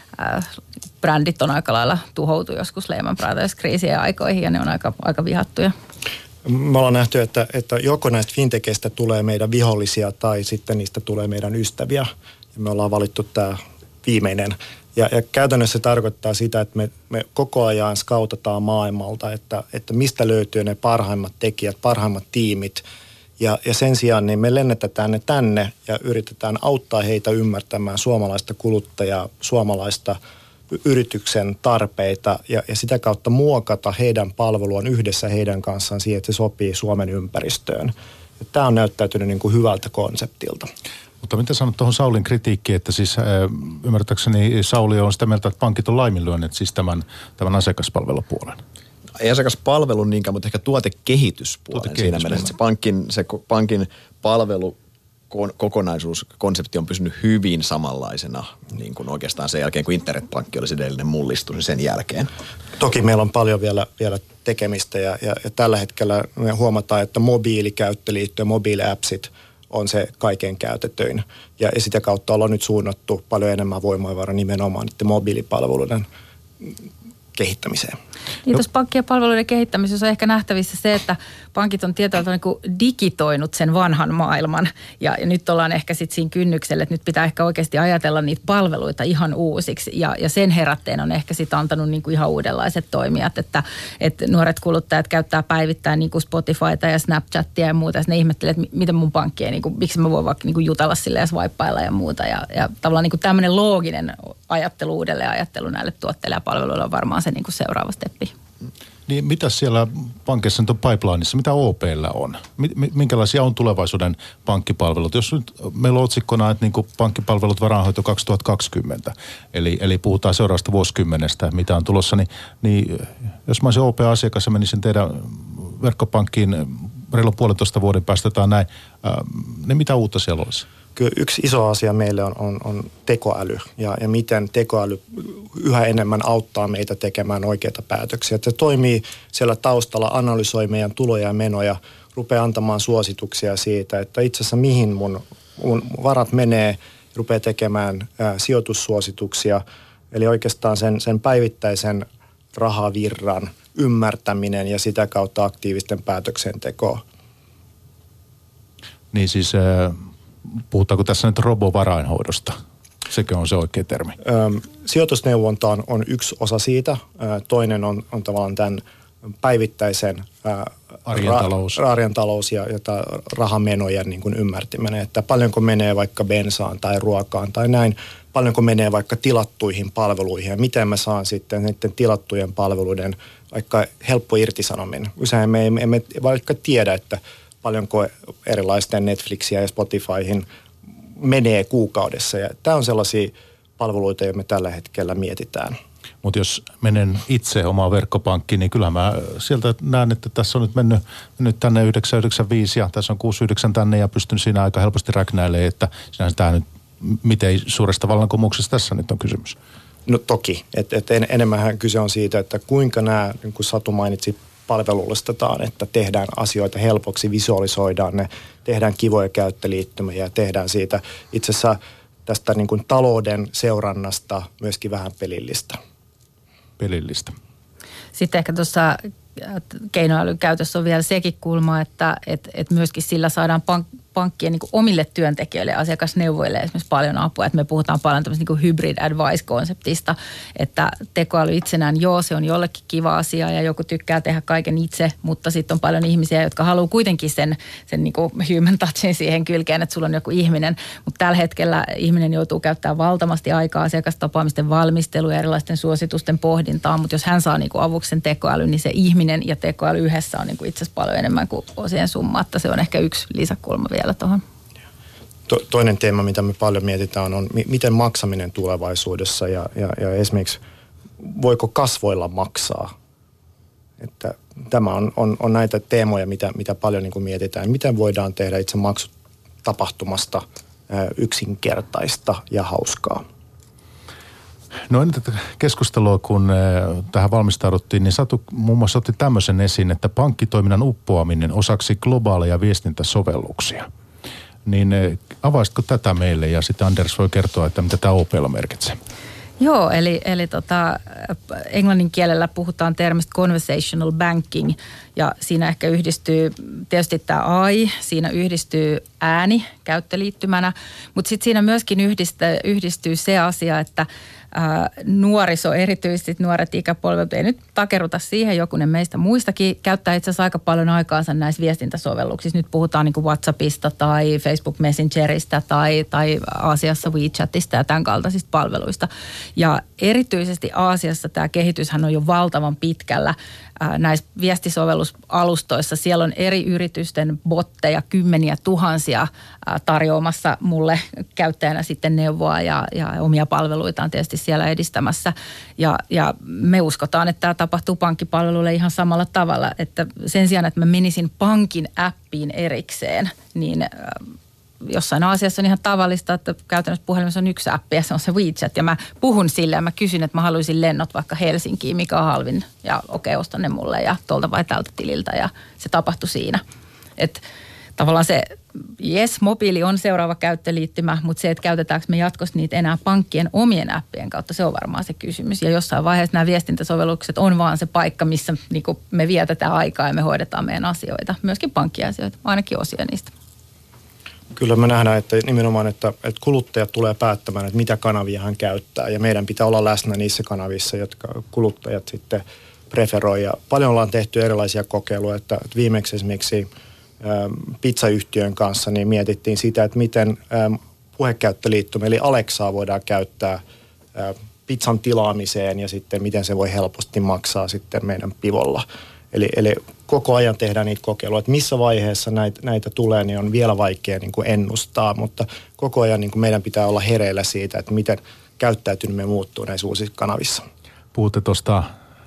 brändit on aika lailla tuhoutu joskus Lehman Brothers-kriisien aikoihin ja ne on aika, aika vihattuja. Me ollaan nähty, että, että joko näistä fintecheistä tulee meidän vihollisia tai sitten niistä tulee meidän ystäviä. Ja me ollaan valittu tämä viimeinen. Ja, ja käytännössä se tarkoittaa sitä, että me, me koko ajan skautataan maailmalta, että, että mistä löytyy ne parhaimmat tekijät, parhaimmat tiimit. Ja, ja sen sijaan niin me lennätetään ne tänne ja yritetään auttaa heitä ymmärtämään suomalaista kuluttajaa, suomalaista yrityksen tarpeita ja, ja sitä kautta muokata heidän palveluaan yhdessä heidän kanssaan siihen, että se sopii Suomen ympäristöön. Ja tämä on näyttäytynyt niin kuin hyvältä konseptilta. Mutta mitä sanot tuohon Saulin kritiikkiin, että siis äh, ymmärtääkseni Sauli on sitä mieltä, että pankit on laiminlyöneet siis tämän, tämän asiakaspalvelupuolen? Ei asiakaspalvelun niinkään, mutta ehkä tuotekehityspuolen. Tuotekehitys siinä mielessä, että se pankin, se pankin palvelu kokonaisuus, konsepti on pysynyt hyvin samanlaisena niin kuin oikeastaan sen jälkeen, kun internetpankki oli se edellinen mullistus, niin sen jälkeen. Toki meillä on paljon vielä, vielä tekemistä ja, ja, ja tällä hetkellä me huomataan, että mobiilikäyttö liittyen mobiiliäpsit on se kaiken käytetyin. Ja, ja sitä kautta ollaan nyt suunnattu paljon enemmän voimavaraa nimenomaan niiden mobiilipalveluiden kehittämiseen. Niin tuossa pankkien palveluiden kehittämisessä on ehkä nähtävissä se, että pankit on tietyllä tavalla niin digitoinut sen vanhan maailman ja, ja nyt ollaan ehkä sitten siinä kynnyksellä, että nyt pitää ehkä oikeasti ajatella niitä palveluita ihan uusiksi ja, ja sen herätteen on ehkä sitten antanut niin kuin ihan uudenlaiset toimijat, että, että nuoret kuluttajat käyttää päivittäin niin kuin Spotifyta ja Snapchatia ja muuta ja ne ihmettelee, että miten mun pankki ei, niin kuin, miksi mä voin vaikka niin kuin jutella silleen ja swipeilla ja muuta ja, ja tavallaan niin kuin tämmöinen looginen ajattelu, uudelleen ajattelu näille tuotteille ja palveluille on varmaan se niin kuin seuraava steppi. Niin mitä siellä pankissa nyt on pipelineissa, mitä O P:llä on? Minkälaisia on tulevaisuuden pankkipalvelut? Jos nyt meillä on otsikkona, että niin kuin pankkipalvelut varainhoito kaksituhattakaksikymmentä, eli, eli puhutaan seuraavasta vuosikymmenestä, mitä on tulossa, niin, niin jos mä olisin O P-asiakas ja menisin teidän verkkopankkiin reilun puolentoista vuoden päästä tai näin, niin mitä uutta siellä olisi? Kyllä yksi iso asia meille on, on, on tekoäly ja, ja miten tekoäly yhä enemmän auttaa meitä tekemään oikeita päätöksiä. Että se toimii siellä taustalla, analysoi meidän tuloja ja menoja, rupeaa antamaan suosituksia siitä, että itse asiassa mihin mun, mun varat menee, rupeaa tekemään ää, sijoitussuosituksia. Eli oikeastaan sen, sen päivittäisen rahavirran ymmärtäminen ja sitä kautta aktiivisten päätöksentekoa. Niin siis... Äh... Puhutaanko tässä nyt robovarainhoidosta? Sekö on se oikea termi? Öm, sijoitusneuvonta on, on yksi osa siitä. Ö, toinen on, on tavallaan tämän päivittäisen ä, arjen ra, talous, arjen talous ja, ja rahamenojen niin kuin ymmärtäminen. Että paljonko menee vaikka bensaan tai ruokaan tai näin. Paljonko menee vaikka tilattuihin palveluihin ja miten mä saan sitten niiden tilattujen palveluiden vaikka helppo irtisanominen. Usein me emme, emme vaikka tiedä, että paljonko erilaisten Netflixiä ja Spotifyhin menee kuukaudessa. Ja tämä on sellaisia palveluita, joita me tällä hetkellä mietitään. Mutta jos menen itse omaan verkkopankkiin, niin kyllä mä sieltä näen, että tässä on nyt mennyt, mennyt tänne yhdeksän yhdeksänkymmentäviisi ja tässä on kuusi yhdeksän tänne ja pystyn siinä aika helposti räknäilemään, että sinänsä tämä nyt, miten suuresta vallankumouksesta tässä nyt on kysymys? No toki, että et en, enemmänhän kyse on siitä, että kuinka nämä, niin kuin Satu mainitsi, palvelullistetaan, että tehdään asioita helpoksi, visualisoidaan ne, tehdään kivoja käyttöliittymiä ja tehdään siitä itse asiassa tästä niin kuin talouden seurannasta myöskin vähän pelillistä. Pelillistä. Sitten ehkä tuossa keinoälyn käytössä on vielä sekin kulma, että et, et myöskin sillä saadaan pank- pankkien niin kuin omille työntekijöille ja asiakasneuvoille esimerkiksi paljon apua. Että me puhutaan paljon tämmöistä niin kuin hybrid advice-konseptista, että tekoäly itsenään, joo, se on jollekin kiva asia ja joku tykkää tehdä kaiken itse, mutta sitten on paljon ihmisiä, jotka haluaa kuitenkin sen, sen niin kuin human touchin siihen kylkeen, että sulla on joku ihminen. Mutta tällä hetkellä ihminen joutuu käyttämään valtavasti aikaa asiakastapaamisten valmisteluun ja erilaisten suositusten pohdintaan, mutta jos hän saa niin kuin avuksi sen tekoälyn, niin se ihminen ja tekoäly yhdessä on niin kuin itse asiassa paljon enemmän kuin osien summa, että se on ehkä yksi lisäkulma vielä tuohon. To, toinen teema, mitä me paljon mietitään, on mi, miten maksaminen tulevaisuudessa ja, ja, ja esimerkiksi voiko kasvoilla maksaa. Että tämä on, on, on näitä teemoja, mitä, mitä paljon niin kuin mietitään. Miten voidaan tehdä itse maksutapahtumasta ää, yksinkertaista ja hauskaa. No ennen tätä keskustelua, kun tähän valmistauduttiin, niin Satu muun muassa otti tämmöisen esiin, että pankkitoiminnan uppoaminen osaksi globaaleja viestintäsovelluksia. Niin avaisitko tätä meille ja sitten Anders voi kertoa, että mitä tämä O P:llä merkitsee? Joo, eli, eli tota, englannin kielellä puhutaan termistä conversational banking ja siinä ehkä yhdistyy tietysti tämä A I, siinä yhdistyy ääni käyttöliittymänä, mutta sitten siinä myöskin yhdistyy, yhdistyy se asia, että ää, nuoriso, erityisesti nuoret ikäpolvet, ei nyt takeruta siihen, jokunen meistä muistakin, käyttää itse asiassa aika paljon aikaansa näissä viestintäsovelluksissa. Nyt puhutaan niin kuin WhatsAppista tai Facebook Messengeristä tai, tai Aasiassa WeChatista ja tämän kaltaisista palveluista. Ja erityisesti Aasiassa tämä kehityshän on jo valtavan pitkällä ää, näissä viestisovellusalustoissa. Siellä on eri yritysten botteja, kymmeniä tuhansia ää, tarjoamassa mulle käyttäjänä sitten neuvoa ja, ja omia palveluitaan tietysti siellä edistämässä. Ja, ja me uskotaan, että tämä tapahtuu pankkipalveluille ihan samalla tavalla, että sen sijaan, että mä menisin pankin appiin erikseen, niin jossain asiassa on ihan tavallista, että käytännössä puhelimessa on yksi appi ja se on se WeChat. Ja mä puhun sille ja mä kysyn, että mä haluaisin lennot vaikka Helsinkiin, mikä on halvin. Ja okei, okay, ostan ne mulle ja tuolta vai tältä tililtä ja se tapahtui siinä. Että tavallaan se, jes, mobiili on seuraava käyttöliittymä, mutta se, että käytetäänkö me jatkossa niitä enää pankkien omien appien kautta, se on varmaan se kysymys. Ja jossain vaiheessa nämä viestintäsovellukset on vaan se paikka, missä niin kuin me vietetään aikaa ja me hoidetaan meidän asioita, myöskin pankkiasioita, ainakin osia niistä. Kyllä me nähdään, että nimenomaan, että, että kuluttajat tulee päättämään, että mitä kanavia hän käyttää. Ja meidän pitää olla läsnä niissä kanavissa, jotka kuluttajat sitten preferoi. Ja paljon ollaan tehty erilaisia kokeiluja, että viimeksi esimerkiksi pizzayhtiön kanssa niin mietittiin sitä, että miten puhekäyttöliittymä eli Alexaa voidaan käyttää pizzan tilaamiseen ja sitten miten se voi helposti maksaa sitten meidän pivolla. Eli, eli koko ajan tehdään niitä kokeiluja, että missä vaiheessa näitä, näitä tulee, niin on vielä vaikea niin kuin ennustaa, mutta koko ajan niin kuin meidän pitää olla hereillä siitä, että miten käyttäytyminen muuttuu näissä uusissa kanavissa. Puhutte tuosta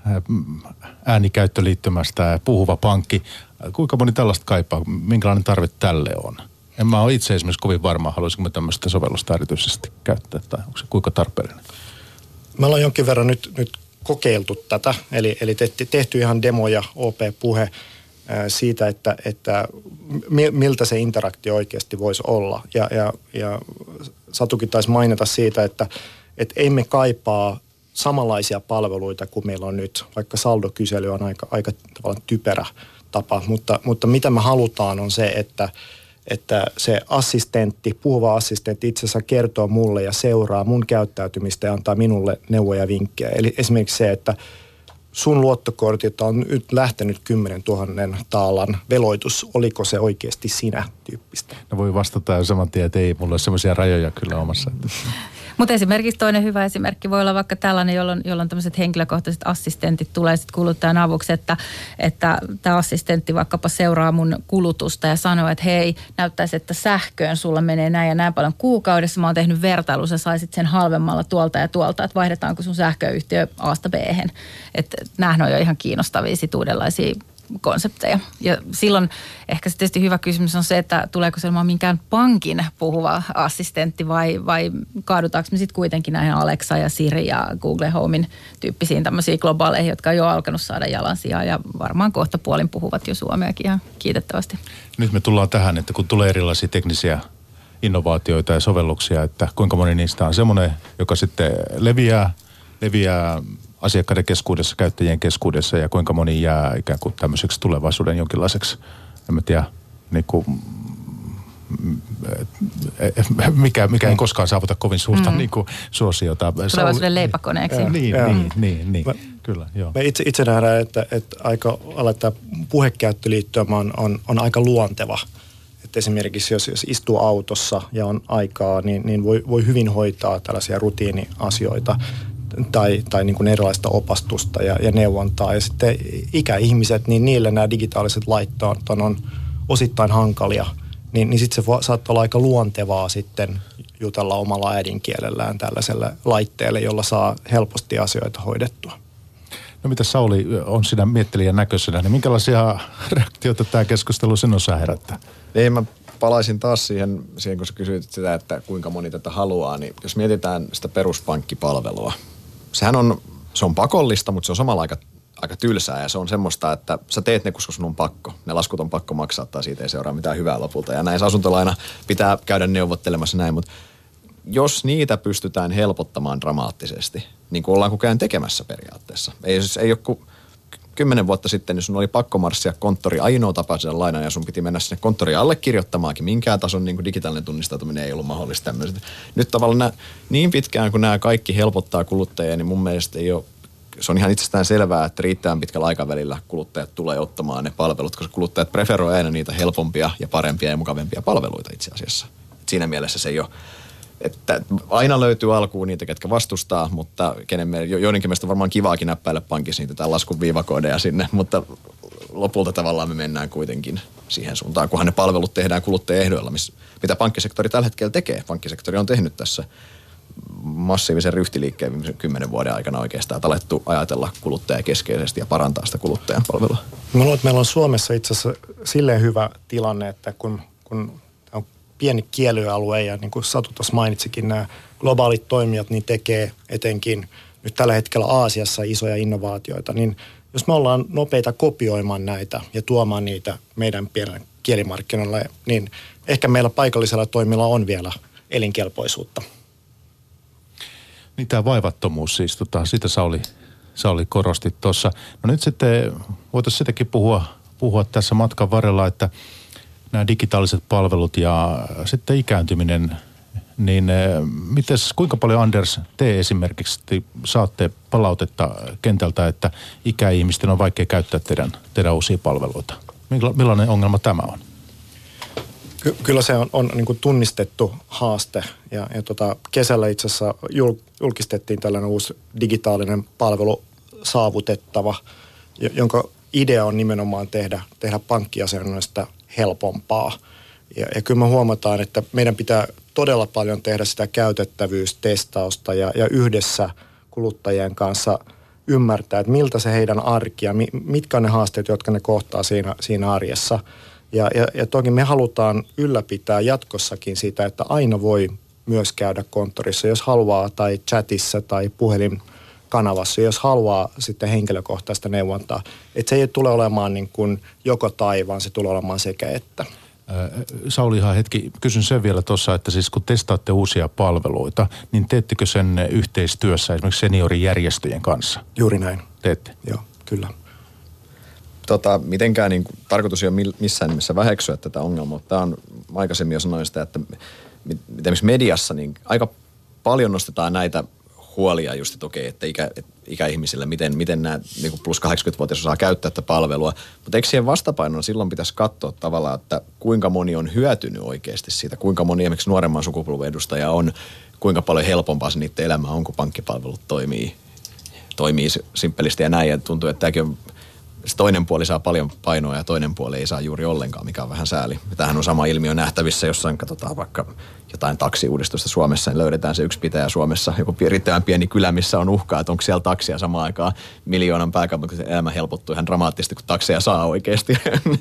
äänikäyttöliittymästä, puhuva pankki. Kuinka moni tällaista kaipaa? Minkälainen tarve tälle on? En mä ole itse esimerkiksi kovin varma, haluaisinko me tämmöistä sovellusta erityisesti käyttää, tai onko se kuinka tarpeellinen? Me ollaan jonkin verran nyt, nyt kokeiltu tätä, eli, eli tehty, tehty ihan demoja, O P-puhe siitä, että, että miltä se interaktio oikeasti voisi olla. Ja, ja, ja Satukin taisi mainita siitä, että, että ei me kaipaa samanlaisia palveluita kuin meillä on nyt, vaikka saldokysely on aika, aika tavallaan typerä tapa, mutta, mutta mitä me halutaan on se, että, että se assistentti, puhuva assistentti itse asiassa kertoo mulle ja seuraa mun käyttäytymistä ja antaa minulle neuvoja ja vinkkejä. Eli esimerkiksi se, että sun luottokortilta on nyt lähtenyt kymmenen tuhannen taalan veloitus, oliko se oikeasti sinä tyyppistä? No voi vastata jo saman tien, että ei, mulla ole semmoisia rajoja kyllä omassa. Mutta esimerkiksi toinen hyvä esimerkki voi olla vaikka tällainen, jolloin, jolloin tämmöiset henkilökohtaiset assistentit tulee sitten kuluttajan avuksi, että että tämä assistentti vaikkapa seuraa mun kulutusta ja sanoo, että hei, näyttäisi, että sähköön sulla menee näin ja näin paljon kuukaudessa. Mä oon tehnyt vertailu, sä saisit sen halvemmalla tuolta ja tuolta, että vaihdetaanko sun sähköyhtiö A:sta B:hen. Että nämähän on jo ihan kiinnostavia sit uudenlaisia konsepteja. Ja silloin ehkä se tietysti hyvä kysymys on se, että tuleeko se olemaan minkään pankin puhuva assistentti vai, vai kaadutaanko me sitten kuitenkin näihin Alexa ja Siri ja Google Homein tyyppisiin tämmöisiin globaaleihin, jotka on jo alkanut saada jalansijaa ja varmaan kohta puolin puhuvat jo suomeakin ihan kiitettävästi. Nyt me tullaan tähän, että kun tulee erilaisia teknisiä innovaatioita ja sovelluksia, että kuinka moni niistä on semmoinen, joka sitten leviää, leviää asiakkaiden keskuudessa, käyttäjien keskuudessa ja kuinka moni jää ikään kuin tämmöiseksi tulevaisuuden jonkinlaiseksi, en mä tiedä, niin kuin, mikä, mikä ei koskaan saavuta kovin suurta mm. niin kuin suosiota. Tulevaisuuden leipäkoneeksi. Niin, niin, niin, niin, mä, kyllä, joo. Me itse, itse nähdään, että, että aika aletaan puhekäyttöliittymä on, on, on aika luonteva. Että esimerkiksi jos, jos istuu autossa ja on aikaa, niin, niin voi, voi hyvin hoitaa tällaisia rutiiniasioita tai, tai niin kuin erilaista opastusta ja, ja neuvontaa. Ja sitten ikäihmiset, niin niille nämä digitaaliset laitteet on, on osittain hankalia, niin, niin sitten se voi, saattaa olla aika luontevaa sitten jutella omalla äidinkielellään tällaiselle laitteelle, jolla saa helposti asioita hoidettua. No mitä Sauli on siinä miettelijän näköisenä, niin minkälaisia reaktioita tämä keskustelu sen osaa herättää? Ei, mä palaisin taas siihen, siihen, kun sä kysyit sitä, että kuinka moni tätä haluaa, niin jos mietitään sitä peruspankkipalvelua, sehän on, se on pakollista, mutta se on samalla aika, aika tylsää ja se on semmoista, että sä teet ne, koska sun on pakko. Ne laskut on pakko maksaa tai siitä ei seuraa mitään hyvää lopulta. Ja näissä asuntolaina pitää käydä neuvottelemassa näin, mutta jos niitä pystytään helpottamaan dramaattisesti, niin kuin ollaan koko ajan tekemässä periaatteessa. Ei, siis ei ole kuin kymmenen vuotta sitten, niin sun oli pakko marssia konttori ainoa tapa sen lainan ja sun piti mennä sinne konttoriin allekirjoittamaankin. Minkään tason niin kuin digitaalinen tunnistautuminen ei ollut mahdollista tämmöiset. Nyt tavallaan nämä, niin pitkään kuin nämä kaikki helpottaa kuluttajia, niin mun mielestä ei ole, se on ihan itsestään selvää, että riittävän pitkällä aikavälillä kuluttajat tulee ottamaan ne palvelut, koska kuluttajat preferoivat aina niitä helpompia ja parempia ja mukavempia palveluita itse asiassa. Et siinä mielessä se ei ole, että aina löytyy alkuun niitä, ketkä vastustaa, mutta kenen me, joidenkin mielestä on varmaan kivaakin näppäillä pankissa niitä tai laskun viivakoodeja sinne, mutta lopulta tavallaan me mennään kuitenkin siihen suuntaan, kunhan ne palvelut tehdään kuluttajien ehdoilla, mitä pankkisektori tällä hetkellä tekee. Pankkisektori on tehnyt tässä massiivisen ryhtiliikkeen viimeisen kymmenen vuoden aikana oikeastaan, että alettu ajatella kuluttajakeskeisesti ja parantaa sitä kuluttajan palvelua. Mä luulen, että meillä on Suomessa itse asiassa silleen hyvä tilanne, että kun, kun pieni kielialue ja niin kuin Satu tuossa mainitsikin, nämä globaalit toimijat niin tekee etenkin nyt tällä hetkellä Aasiassa isoja innovaatioita, niin jos me ollaan nopeita kopioimaan näitä ja tuomaan niitä meidän pienelle kielimarkkinoille, niin ehkä meillä paikallisella toimilla on vielä elinkelpoisuutta. Niin tämä vaivattomuus siis, tota, sitä Sauli, Sauli korosti tuossa. No nyt sitten voitaisiin sitäkin puhua, puhua tässä matkan varrella, että nämä digitaaliset palvelut ja sitten ikääntyminen, niin mites, kuinka paljon Anders te esimerkiksi saatte palautetta kentältä, että ikäihmisten on vaikea käyttää teidän, teidän uusia palveluita? Millainen ongelma tämä on? Ky- kyllä se on, on niin kuin tunnistettu haaste ja, ja tota, kesällä itse asiassa jul, julkistettiin tällainen uusi digitaalinen palvelu Saavutettava, jonka idea on nimenomaan tehdä, tehdä pankkiasioinnista helpompaa. Ja, ja kyllä me huomataan, että meidän pitää todella paljon tehdä sitä käytettävyystestausta ja, ja yhdessä kuluttajien kanssa ymmärtää, että miltä se heidän arki ja mitkä on ne haasteet, jotka ne kohtaa siinä, siinä arjessa. Ja, ja, ja toki me halutaan ylläpitää jatkossakin sitä, että aina voi myös käydä konttorissa, jos haluaa, tai chatissa tai puhelinkanavassa, jos haluaa sitten henkilökohtaista neuvontaa. Että se ei tule olemaan niin kuin joko tai, vaan se tulee olemaan sekä että. Sauli, ihan hetki, kysyn sen vielä tuossa, että siis kun testaatte uusia palveluita, niin teettekö sen yhteistyössä esimerkiksi seniorijärjestöjen kanssa? Juuri näin. Teette? Joo, kyllä. Tota, mitenkään niin kuin, tarkoitus ei ole missään nimessä väheksyä tätä ongelmaa. Tämä on, aikaisemmin jo sanoin sitä, että esimerkiksi mediassa niin aika paljon nostetaan näitä huolia just, että okei, että ikä, et, ikäihmisillä, miten, miten nämä niin kuin plus kahdeksankymmentävuotias osaa käyttää tätä palvelua. Mutta eikö siihen vastapainona silloin pitäisi katsoa tavallaan, että kuinka moni on hyötynyt oikeasti siitä, kuinka moni esimerkiksi nuoremman sukupolven edustaja on, kuinka paljon helpompaa se niiden elämä on, kun pankkipalvelut toimii, toimii simppelisti ja näin. Ja tuntuu, että tämäkin on, se toinen puoli saa paljon painoa ja toinen puoli ei saa juuri ollenkaan, mikä on vähän sääli. Ja tämähän on sama ilmiö nähtävissä, jossain katsotaan vaikka jotain taksiuudistusta Suomessa, niin löydetään se yksi pitäjä Suomessa, joku riittävän pieni kylä, missä on uhkaa, että onko siellä taksia samaan aikaan. Miljoonan pääkaupunkisen elämä helpottuu ihan dramaattisesti, kun takseja saa oikeasti.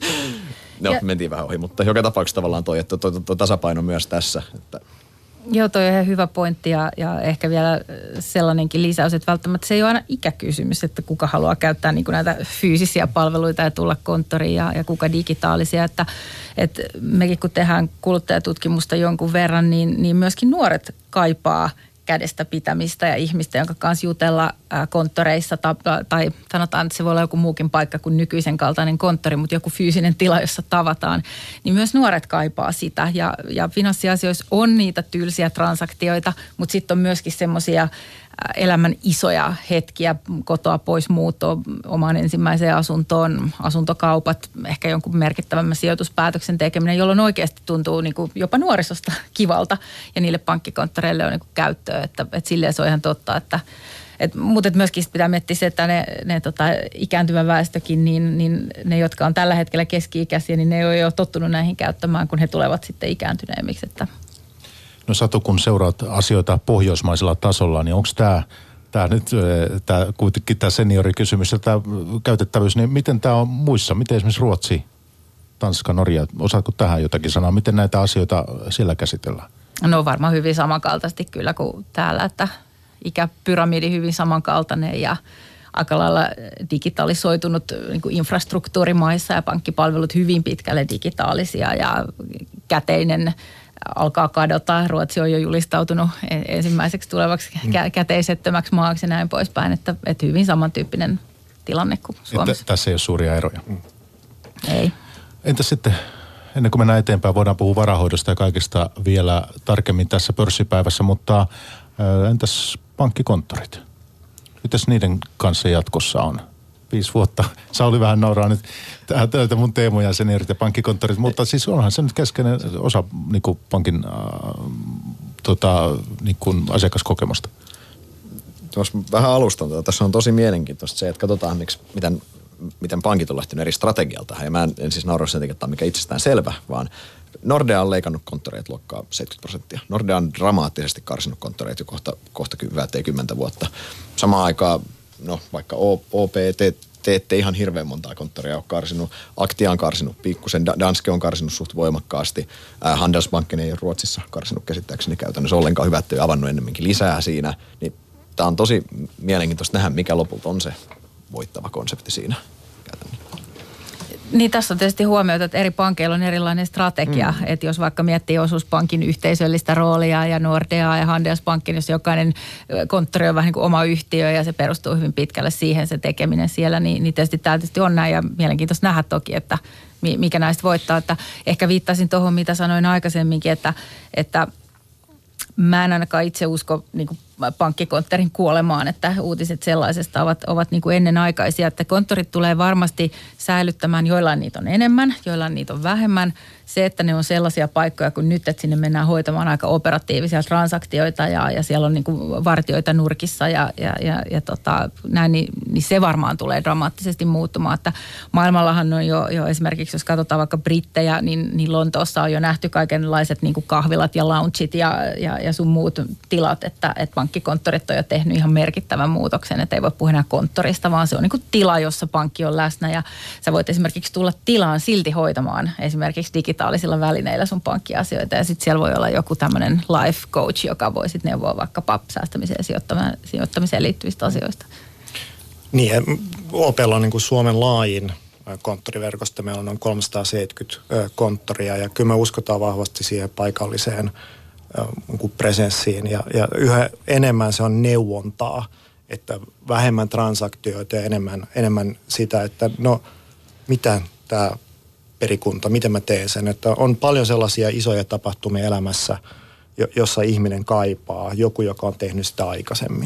No, ja mentiin vähän ohi, mutta joka tapauksessa tavallaan toi, että toi, toi, toi tasapaino myös tässä. Että joo, toi on ihan hyvä pointti ja, ja ehkä vielä sellainenkin lisäys, että välttämättä se ei ole aina ikäkysymys, että kuka haluaa käyttää niin kuin näitä fyysisiä palveluita ja tulla konttoriin ja, ja kuka digitaalisia. Että, että mekin kun tehdään kuluttajatutkimusta jonkun verran, niin, niin myöskin nuoret kaipaa kädestä pitämistä ja ihmistä, jonka kanssa jutella konttoreissa tai, tai sanotaan, että se voi olla joku muukin paikka kuin nykyisen kaltainen konttori, mutta joku fyysinen tila, jossa tavataan, niin myös nuoret kaipaa sitä ja, ja finanssiasioissa on niitä tylsiä transaktioita, mutta sitten on myöskin semmoisia elämän isoja hetkiä, kotoa pois muuttoa omaan ensimmäiseen asuntoon, asuntokaupat, ehkä jonkun merkittävämmän sijoituspäätöksen tekeminen, jolloin oikeasti tuntuu niin kuin jopa nuorisosta kivalta ja niille pankkikonttoreille on niin kuin käyttöä, että, että silleen se on ihan totta, että et, mutta et myöskin pitää miettiä se, että ne, ne tota, ikääntyvä väestökin, niin, niin ne, jotka on tällä hetkellä keski-ikäisiä, niin ne ei ole jo tottunut näihin käyttämään, kun he tulevat sitten ikääntyneemmiksi, että no Satu, kun seuraat asioita pohjoismaisella tasolla, niin onko tämä, tämä nyt tämä, kuitenkin tämä seniorikysymys ja tämä käytettävyys, niin miten tämä on muissa? Miten esimerkiksi Ruotsi, Tanska, Norja, osaatko tähän jotakin sanoa? Miten näitä asioita siellä käsitellään? No varmaan hyvin samankaltaisesti kyllä kuin täällä, että ikäpyramidi hyvin samankaltainen ja aika lailla digitalisoitunut niin kuin infrastruktuurimaissa ja pankkipalvelut hyvin pitkälle digitaalisia ja käteinen alkaa kadota. Ruotsi on jo julistautunut ensimmäiseksi tulevaksi kä- käteisettömäksi maaksi ja näin poispäin, että, että hyvin samantyyppinen tilanne kuin Suomessa. Että tässä ei ole suuria eroja. Mm. Ei. Entäs sitten, ennen kuin mennään eteenpäin, voidaan puhua varahoidosta ja kaikista vielä tarkemmin tässä pörssipäivässä, mutta entäs pankkikonttorit? Mitäs niiden kanssa jatkossa on? Viisi vuotta. Sauli vähän nauraa nyt täältä mun teemoja, seniorit ja pankkikonttorit, mutta siis onhan se nyt keskeinen osa niin kuin pankin äh, tota, niin kuin asiakaskokemusta. Tuossa vähän alustan. Tässä on tosi mielenkiintoista se, että katsotaan, miksi, miten, miten pankit on lähtenyt eri strategialta. Ja mä en, en siis naura sen takia, että mikä itsestään selvä, vaan Nordea on leikannut konttoreita luokkaa seitsemänkymmentä prosenttia. Nordea on dramaattisesti karsinut konttoreita jo kohta, kohta kymmentä vuotta. Samaan aikaan, no vaikka O P te ette ihan hirveän montaa konttoria ole karsinut. Aktia on karsinut pikkusen, Danske on karsinut suht voimakkaasti. Äh, Handelsbanken ei ole Ruotsissa karsinut käsittääkseni käytännössä ollenkaan, hyvä, että ei avannut ennemminkin lisää siinä. Niin tämä on tosi mielenkiintoista nähdä, mikä lopulta on se voittava konsepti siinä käytännössä. Niin, tässä on tietysti huomioitu, että eri pankeilla on erilainen strategia. Mm. Että jos vaikka miettii osuuspankin yhteisöllistä roolia ja Nordeaa ja Handelsbankin, jos jokainen konttori on vähän niin kuin oma yhtiö ja se perustuu hyvin pitkälle siihen se tekeminen siellä, niin, niin tietysti tämä tietysti on näin ja mielenkiintoista nähdä toki, että mikä näistä voittaa. Että ehkä viittasin tuohon, mitä sanoin aikaisemminkin, että, että mä en ainakaan itse usko niin kuin pankkikonttorin kuolemaan, että uutiset sellaisesta ovat, ovat niin kuin ennenaikaisia, että konttorit tulee varmasti säilyttämään, joillain niitä on enemmän, joillain niitä on vähemmän. Se, että ne on sellaisia paikkoja kuin nyt, että sinne mennään hoitamaan aika operatiivisia transaktioita ja, ja siellä on niin kuin vartioita nurkissa ja, ja, ja, ja tota, näin, niin, niin se varmaan tulee dramaattisesti muuttumaan. Että maailmallahan on jo, jo esimerkiksi, jos katsotaan vaikka brittejä, niin, niin Lontoossa on jo nähty kaikenlaiset niin kuin kahvilat ja loungeit ja, ja, ja sun muut tilat, että, että pankkikonttorit on jo tehnyt ihan merkittävän muutoksen, että ei voi puhua enää konttorista, vaan se on niin kuin tila, jossa pankki on läsnä ja sä voit esimerkiksi tulla tilaan silti hoitamaan esimerkiksi digitaalisilla välineillä sun pankkiasioita ja sitten siellä voi olla joku tämmöinen life coach, joka voi sitten neuvoa vaikkapa säästämiseen ja sijoittamiseen liittyvistä asioista. Niin, O P:lla on niin kuin Suomen laajin konttoriverkosto. Meillä on noin kolmesataaseitsemänkymmentä konttoria ja kyllä me uskotaan vahvasti siihen paikalliseen niin presenssiin ja, ja yhä enemmän se on neuvontaa, että vähemmän transaktioita ja enemmän, enemmän sitä, että no mitä tämä perikunta, miten mä teen sen, että on paljon sellaisia isoja tapahtumia elämässä, jossa ihminen kaipaa joku, joka on tehnyt sitä aikaisemmin.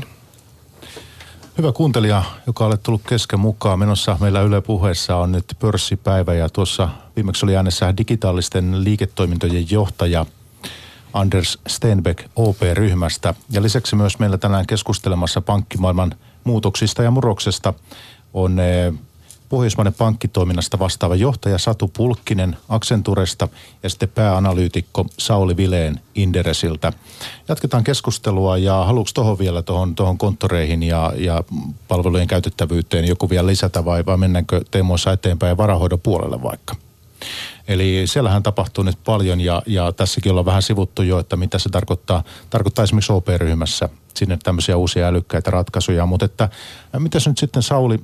Hyvä kuuntelija, joka olet tullut kesken mukaan. Menossa meillä Yle Puheessa on nyt pörssipäivä ja tuossa viimeksi oli äänessä digitaalisten liiketoimintojen johtaja Anders Stenbeck O P-ryhmästä. Ja lisäksi myös meillä tänään keskustelemassa pankkimaailman muutoksista ja murroksesta on Pohjoismaiden pankkitoiminnasta vastaava johtaja Satu Pulkkinen Accenturesta ja sitten pääanalyytikko Sauli Vilén Inderesiltä. Jatketaan keskustelua ja haluatko tuohon vielä tuohon, tuohon konttoreihin ja, ja palvelujen käytettävyyteen joku vielä lisätä vai, vai mennäänkö teemoissa eteenpäin varahoidon puolelle vaikka? Eli siellähän tapahtuu nyt paljon ja, ja tässäkin ollaan vähän sivuttu jo, että mitä se tarkoittaa, tarkoittaa esimerkiksi O P-ryhmässä sinne tämmöisiä uusia älykkäitä ratkaisuja. Mutta että mitäs nyt sitten Sauli,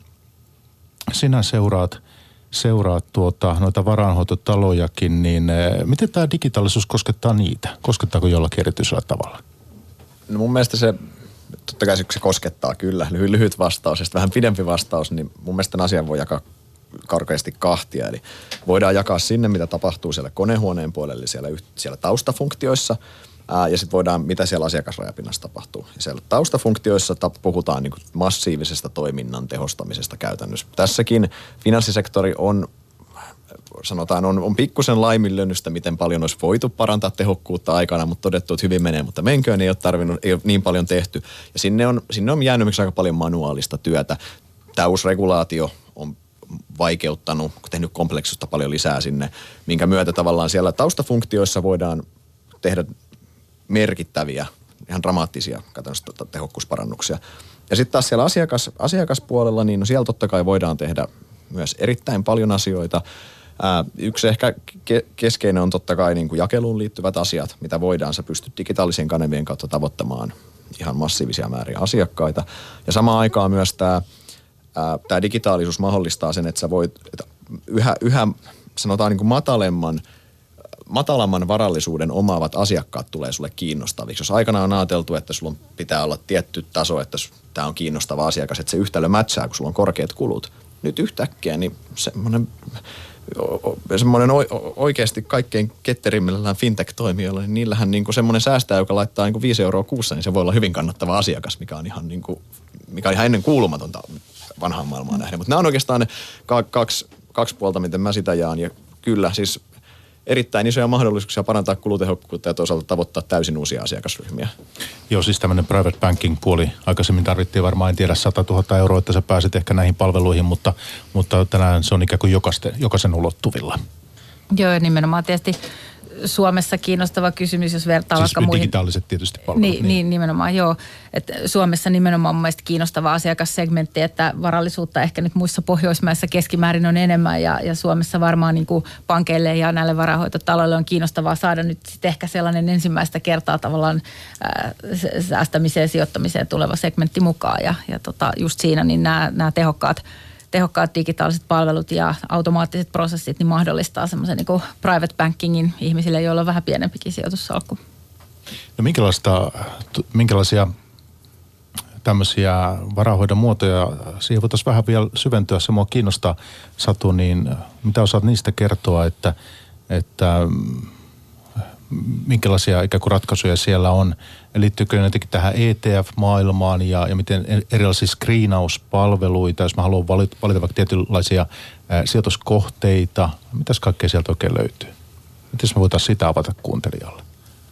sinä seuraat, seuraat tuota, noita varainhoitotalojakin, niin miten tämä digitaalisuus koskettaa niitä? Koskettaako jollakin erityisellä tavalla? No mun mielestä se, totta kai se koskettaa kyllä, lyhyt, lyhyt vastaus ja sitten vähän pidempi vastaus, niin mun mielestä tämän asian voi jakaa karkeasti kahtia. Eli voidaan jakaa sinne, mitä tapahtuu siellä konehuoneen puolella, eli siellä, siellä taustafunktioissa, ää, ja sitten voidaan, mitä siellä asiakasrajapinnassa tapahtuu. Ja siellä taustafunktioissa ta- puhutaan niin kuin massiivisesta toiminnan tehostamisesta käytännössä. Tässäkin finanssisektori on, sanotaan, on, on pikkusen laiminlyönnystä, miten paljon olisi voitu parantaa tehokkuutta aikana, mutta todettu, että hyvin menee, mutta menköön ei ole tarvinnut, ei ole niin paljon tehty. Ja sinne on, sinne on jäänyt aika paljon manuaalista työtä. Tämä uusi regulaatio on vaikeuttanut, tehnyt kompleksista paljon lisää sinne, minkä myötä tavallaan siellä taustafunktioissa voidaan tehdä merkittäviä, ihan dramaattisia tehokkuusparannuksia. Ja sitten taas siellä asiakas, asiakaspuolella, niin no siellä totta kai voidaan tehdä myös erittäin paljon asioita. Ää, yksi ehkä ke- keskeinen on totta kai niin kuin jakeluun liittyvät asiat, mitä voidaan, sä pystyt digitaalisien kanavien kautta tavoittamaan ihan massiivisia määriä asiakkaita. Ja samaan aikaan myös tämä Tämä digitaalisuus mahdollistaa sen, että sä voit että yhä, yhä sanotaan niin kuin matalemman, matalamman varallisuuden omaavat asiakkaat tulee sulle kiinnostaviksi. Jos aikanaan on ajateltu, että sulla pitää olla tietty taso, että tämä on kiinnostava asiakas, että se yhtälö mätsää, kun sulla on korkeat kulut. Nyt yhtäkkiä niin semmoinen, semmoinen oikeasti kaikkein ketterimmillään fintech-toimijoilla, niin niillähän niin kuin semmoinen säästää, joka laittaa niin kuin viisi euroa kuussa, niin se voi olla hyvin kannattava asiakas, mikä on ihan, niin kuin, mikä on ihan ennen kuulumatonta vanhaan maailmaan nähden. Mutta nämä on oikeastaan ne kaksi, kaksi puolta, miten mä sitä jaan. Ja kyllä, siis erittäin isoja mahdollisuuksia parantaa kulutehokkuutta ja toisaalta tavoittaa täysin uusia asiakasryhmiä. Joo, siis tämmöinen private banking puoli. Aikaisemmin tarvittiin varmaan, en tiedä, sata tuhatta euroa, että sä pääset ehkä näihin palveluihin, mutta, mutta tänään se on ikään kuin jokaisten, jokaisen ulottuvilla. Joo, nimenomaan tietysti Suomessa kiinnostava kysymys, jos vertaa siis vaikka muihin. digitaaliset tietysti palvelut. Niin, niin. niin nimenomaan, joo. Et Suomessa nimenomaan mun mielestä kiinnostava asiakassegmentti, että varallisuutta ehkä nyt muissa Pohjoismaissa keskimäärin on enemmän ja, ja Suomessa varmaan niin kuin pankeille ja näille varainhoitotaloille on kiinnostavaa saada nyt sitten ehkä sellainen ensimmäistä kertaa tavallaan ää, säästämiseen ja sijoittamiseen tuleva segmentti mukaan ja, ja tota, just siinä niin nämä, nämä tehokkaat tehokkaat digitaaliset palvelut ja automaattiset prosessit niin mahdollistaa semmoisen niin kuin private bankingin ihmisille, joilla on vähän pienempikin sijoitussalkku. No minkälaista, minkälaisia tämmöisiä varainhoidon muotoja, siihen voitaisiin vähän vielä syventyä, se mua kiinnostaa, Satu, niin mitä osaat niistä kertoa, että, että minkälaisia ikään kuin ratkaisuja siellä on? Liittyykö ne jotenkin tähän E T F-maailmaan ja, ja miten erilaisia screenauspalveluita, jos mä haluan valita, valita vaikka tietynlaisia ää, sijoituskohteita, mitäs kaikkea sieltä oikein löytyy? Miten me voitaisiin sitä avata kuuntelijalle?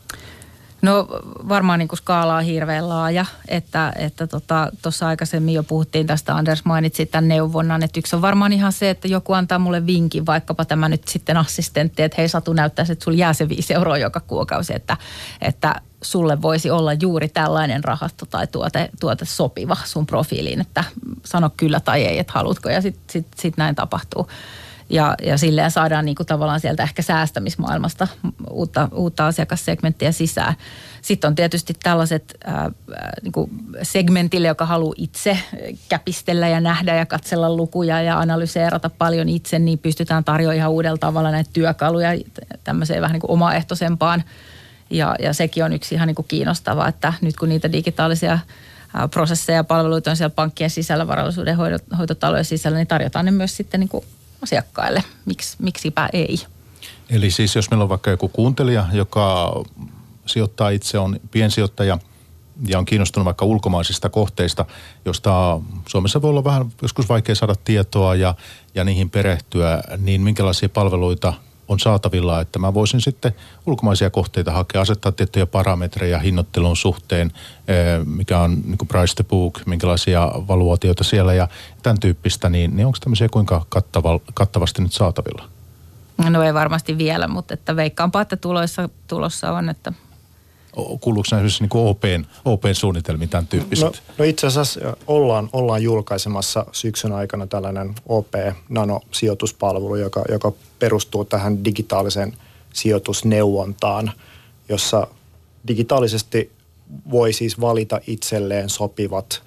No varmaan niin kuin skaala on hirveän laaja, että että tota, tuossa aikaisemmin jo puhuttiin tästä, Anders mainitsi tämän neuvonnan, että yksi on varmaan ihan se, että joku antaa mulle vinkin, vaikkapa tämä nyt sitten assistentti, että hei Satu, näyttäisi, että sulla jää se viisi euroa joka kuukausi, että, että sulle voisi olla juuri tällainen rahasto tai tuote, tuote sopiva sun profiiliin, että sano kyllä tai ei, että haluatko ja sitten sit, sit näin tapahtuu. Ja, ja silleen saadaan niin kuin tavallaan sieltä ehkä säästämismaailmasta uutta, uutta asiakassegmenttiä sisään. Sitten on tietysti tällaiset ää, niin kuin segmentille, joka haluaa itse käpistellä ja nähdä ja katsella lukuja ja analyseerata paljon itse, niin pystytään tarjoamaan ihan uudella tavalla näitä työkaluja tämmöiseen vähän niin kuin omaehtoisempaan. Ja, ja sekin on yksi ihan niin kuin kiinnostava, että nyt kun niitä digitaalisia prosesseja ja palveluita on siellä pankkien sisällä, varallisuuden hoitotalojen sisällä, niin tarjotaan ne myös sitten niin kuin asiakkaille. Miks, miksipä ei? Eli siis jos meillä on vaikka joku kuuntelija, joka sijoittaa itse, on piensijoittaja ja on kiinnostunut vaikka ulkomaisista kohteista, josta Suomessa voi olla vähän joskus vaikea saada tietoa ja, ja niihin perehtyä, niin minkälaisia palveluita on saatavilla, että mä voisin sitten ulkomaisia kohteita hakea, asettaa tiettyjä parametreja hinnoittelun suhteen, mikä on niin kuin price to book, minkälaisia valuaatioita siellä ja tämän tyyppistä, niin, niin onko tämmöisiä kuinka kattava, kattavasti nyt saatavilla? No ei varmasti vielä, mutta että veikkaanpa, että tuloissa, tulossa on, että kuuluuko nämä esimerkiksi niin kuin Open, Open suunnitelmiin tämän tyyppiset? No, no itse asiassa ollaan, ollaan julkaisemassa syksyn aikana tällainen O P-nanosijoituspalvelu, joka, joka perustuu tähän digitaaliseen sijoitusneuvontaan, jossa digitaalisesti voi siis valita itselleen sopivat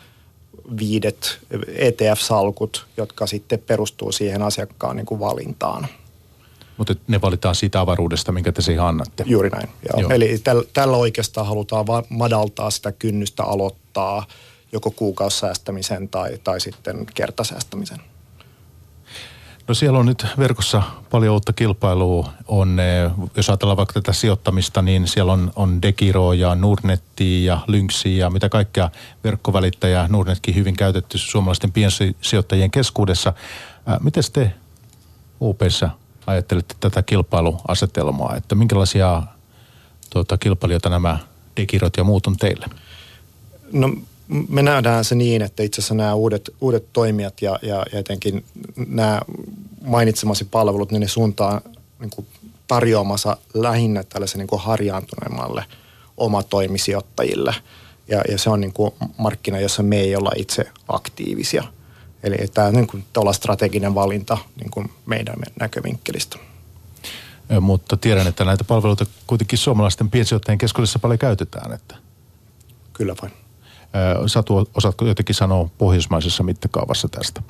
viidet E T F-salkut, jotka sitten perustuu siihen asiakkaan niin kuin valintaan. Mutta ne valitaan siitä avaruudesta, minkä te siihen annatte. Juuri näin, joo. Joo. Eli täl, tällä oikeastaan halutaan madaltaa sitä kynnystä aloittaa joko kuukausisäästämisen tai, tai sitten kertasäästämisen. No siellä on nyt verkossa paljon uutta kilpailua. On, jos ajatellaan vaikka tätä sijoittamista, niin siellä on, on Degiro ja Nordnetia ja Lynxia ja mitä kaikkea verkkovälittäjää. Nordnetkin hyvin käytetty suomalaisten piensijoittajien keskuudessa. Ää, miten te U P:ssä ajattelette tätä kilpailuasetelmaa, että minkälaisia tuota, kilpailijoita nämä Degirot ja muut on teille? No me nähdään se niin, että itse asiassa nämä uudet, uudet toimijat ja, ja etenkin nämä mainitsemasi palvelut, niin ne suuntaa niin kuin tarjoamassa lähinnä tällaisen niin kuin harjaantuneemmalle omatoimisijoittajille. Ja, ja se on niin kuin markkina, jossa me ei olla itse aktiivisia. Eli tämä on niin kuin strateginen valinta niin kuin meidän näkövinkkelistä. Ja, mutta tiedän, että näitä palveluita kuitenkin suomalaisten piensijoittajien keskuudessa paljon käytetään. Että. Kyllä vain. Satu, osaatko jotenkin sanoa pohjoismaisessa mittakaavassa tästä?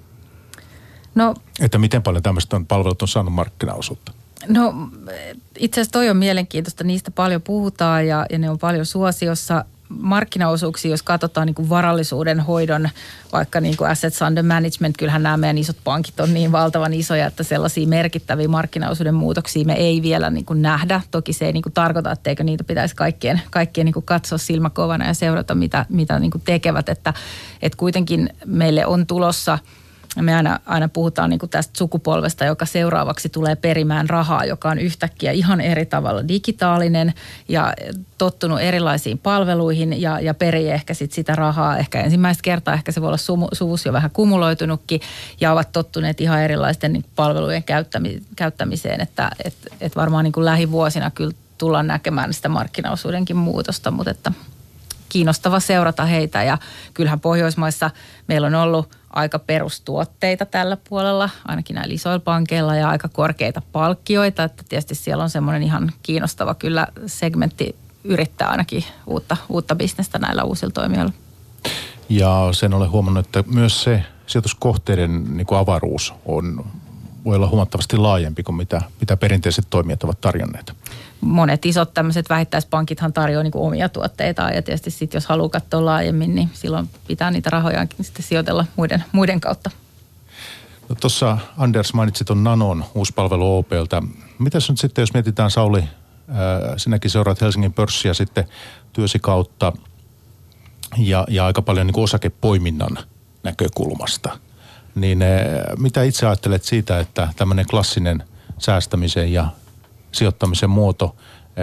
No, että miten paljon tämmöistä palvelut on saanut markkinaosuutta? No itse asiassa toi on mielenkiintoista, niistä paljon puhutaan ja, ja ne on paljon suosiossa. Markkinaosuuksia, jos katsotaan niin kuin varallisuuden hoidon, vaikka niin kuin assets under management, kyllähän nämä meidän isot pankit on niin valtavan isoja, että sellaisia merkittäviä markkinaosuuden muutoksia me ei vielä niin kuin nähdä. Toki se ei niin kuin tarkoita, etteikö niitä pitäisi kaikkien, kaikkien niin kuin katsoa silmäkovana ja seurata, mitä, mitä niin kuin tekevät. Että, että kuitenkin meille on tulossa Me aina, aina puhutaan niin kuin tästä sukupolvesta, joka seuraavaksi tulee perimään rahaa, joka on yhtäkkiä ihan eri tavalla digitaalinen ja tottunut erilaisiin palveluihin ja, ja perii ehkä sit sitä rahaa. Ehkä ensimmäistä kertaa, ehkä se voi olla sumu, suvus jo vähän kumuloitunutkin ja ovat tottuneet ihan erilaisten niin palvelujen käyttämi, käyttämiseen. Että et, et varmaan niin kuin lähivuosina kyllä tullaan näkemään sitä markkinaosuudenkin muutosta, mutta että kiinnostava seurata heitä ja kyllähän Pohjoismaissa meillä on ollut aika perustuotteita tällä puolella, ainakin näillä isoilla pankeilla ja aika korkeita palkkioita, että tietysti siellä on semmoinen ihan kiinnostava kyllä segmentti yrittää ainakin uutta, uutta bisnestä näillä uusilla toimijoilla. Ja sen olen huomannut, että myös se sijoituskohteiden niin kuin avaruus on, voi olla huomattavasti laajempi kuin mitä, mitä perinteiset toimijat ovat tarjonneet. Monet isot tämmöiset vähittäispankithan tarjoaa niin kuin omia tuotteitaan ja tietysti sitten jos haluaa katsoa laajemmin, niin silloin pitää niitä rahojaankin sitten sijoitella muiden, muiden kautta. No tuossa Anders mainitsi tuon Nanon uuspalvelu O P:ltä. Mitäs nyt sitten, jos mietitään Sauli, ää, sinäkin seuraat Helsingin pörssiä sitten työsi kautta ja, ja aika paljon niin kuin osakepoiminnan näkökulmasta. Niin ää, mitä itse ajattelet siitä, että tämmöinen klassinen säästämisen ja sijoittamisen muoto,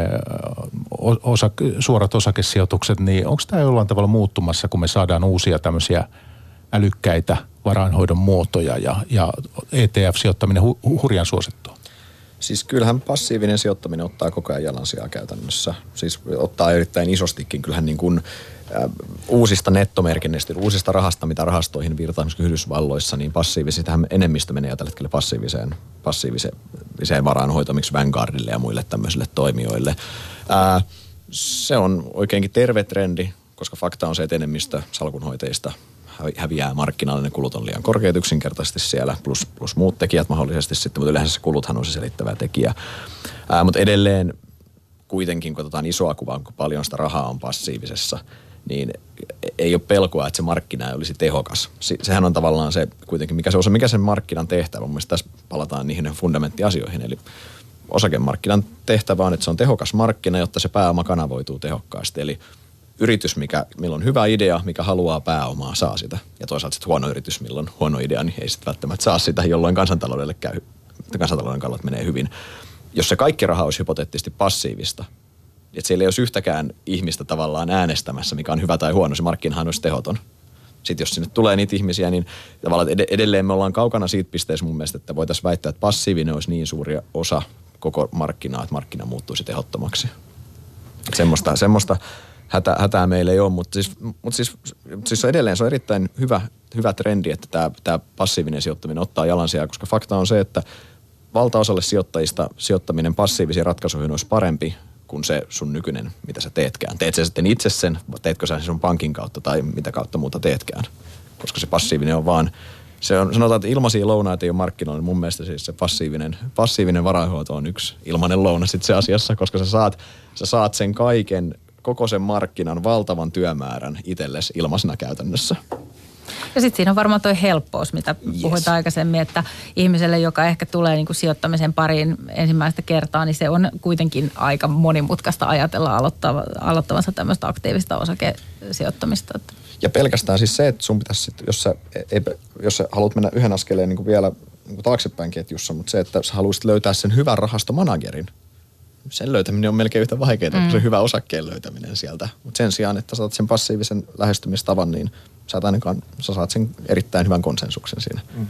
osa, suorat osakesijoitukset, niin onko tämä jollain tavalla muuttumassa, kun me saadaan uusia tämmöisiä älykkäitä varainhoidon muotoja ja, ja E T F-sijoittaminen hu, hurjan suosittua? Siis kyllähän passiivinen sijoittaminen ottaa koko ajan jalansijaa käytännössä. Siis ottaa erittäin isostikin. Kyllähän niin kuin äh, uusista nettomerkinnöistä, uusista rahasta, mitä rahastoihin virtaa esimerkiksi Yhdysvalloissa, niin passiivisitähän enemmistö menee tällä hetkellä passiiviseen, passiiviseen varainhoitoon, miksi Vanguardille ja muille tämmöisille toimijoille. Äh, se on oikeinkin terve trendi, koska fakta on se, että enemmistö salkunhoitajista häviää markkinalle, ne kulut on liian korkeat yksinkertaisesti siellä, plus, plus muut tekijät mahdollisesti sitten, mutta yleensä se kuluthan on se selittävä tekijä. Ää, mutta edelleen kuitenkin, kun katsotaan isoa kuvaa, kun paljon sitä rahaa on passiivisessa, niin ei ole pelkoa, että se markkina ei olisi tehokas. Se, sehän on tavallaan se kuitenkin, mikä se on, mikä sen markkinan tehtävä. Mun mielestä tässä palataan niihin fundamenttiasioihin, eli osakemarkkinan tehtävä on, että se on tehokas markkina, jotta se pääoma kanavoituu tehokkaasti, eli yritys, mikä, millä on hyvä idea, mikä haluaa pääomaa, saa sitä. Ja toisaalta sitten huono yritys, millä on huono idea, niin ei sitten välttämättä saa sitä, jolloin kansantaloudelle käy, kansantalouden kannalta menee hyvin. Jos se kaikki raha olisi hypoteettisesti passiivista, että siellä ei olisi yhtäkään ihmistä tavallaan äänestämässä, mikä on hyvä tai huono, se markkinahan olisi tehoton. Sitten jos sinne tulee niitä ihmisiä, niin tavallaan edelleen me ollaan kaukana siitä pisteessä mun mielestä, että voitaisiin väittää, että passiivinen olisi niin suuri osa koko markkinaa, että markkina muuttuisi tehottomaksi. Että semmoista, semmoista Hätä, hätää meillä ei ole, mutta siis, mutta siis, siis edelleen se on erittäin hyvä, hyvä trendi, että tämä, tämä passiivinen sijoittaminen ottaa jalansijaa, koska fakta on se, että valtaosalle sijoittajista sijoittaminen passiivisiin ratkaisuihin olisi parempi kuin se sun nykyinen, mitä sä teetkään. Teet sä sitten itse sen, vai teetkö sä sen sun pankin kautta tai mitä kautta muuta teetkään, koska se passiivinen on vaan, se on, sanotaan, että ilmaisia lounaita ei ole markkinoilla, niin mun mielestä siis se passiivinen, passiivinen varainhoito on yksi ilmainen lounas itse asiassa, koska sä saat, sä saat sen kaiken, koko sen markkinan valtavan työmäärän itsellesi ilmaisena käytännössä. Ja sitten siinä on varmaan toi helppous, mitä yes. puhuit aikaisemmin, että ihmiselle, joka ehkä tulee niin kuin sijoittamisen pariin ensimmäistä kertaa, niin se on kuitenkin aika monimutkaista ajatella aloittava, aloittavansa tämmöistä aktiivista osakesijoittamista. Ja pelkästään siis se, että sun pitäisi sitten, jos sä, ei, jos sä haluat mennä yhden askeleen niin kuin vielä niin kuin taaksepäin ketjussa, mutta se, että sä haluaisit löytää sen hyvän rahastomanagerin, sen löytäminen on melkein yhtä vaikeaa mm. kuin se hyvä osakkeen löytäminen sieltä. Mutta sen sijaan, että saat sen passiivisen lähestymistavan, niin sä, ainakaan, sä saat sen erittäin hyvän konsensuksen siinä. Mm.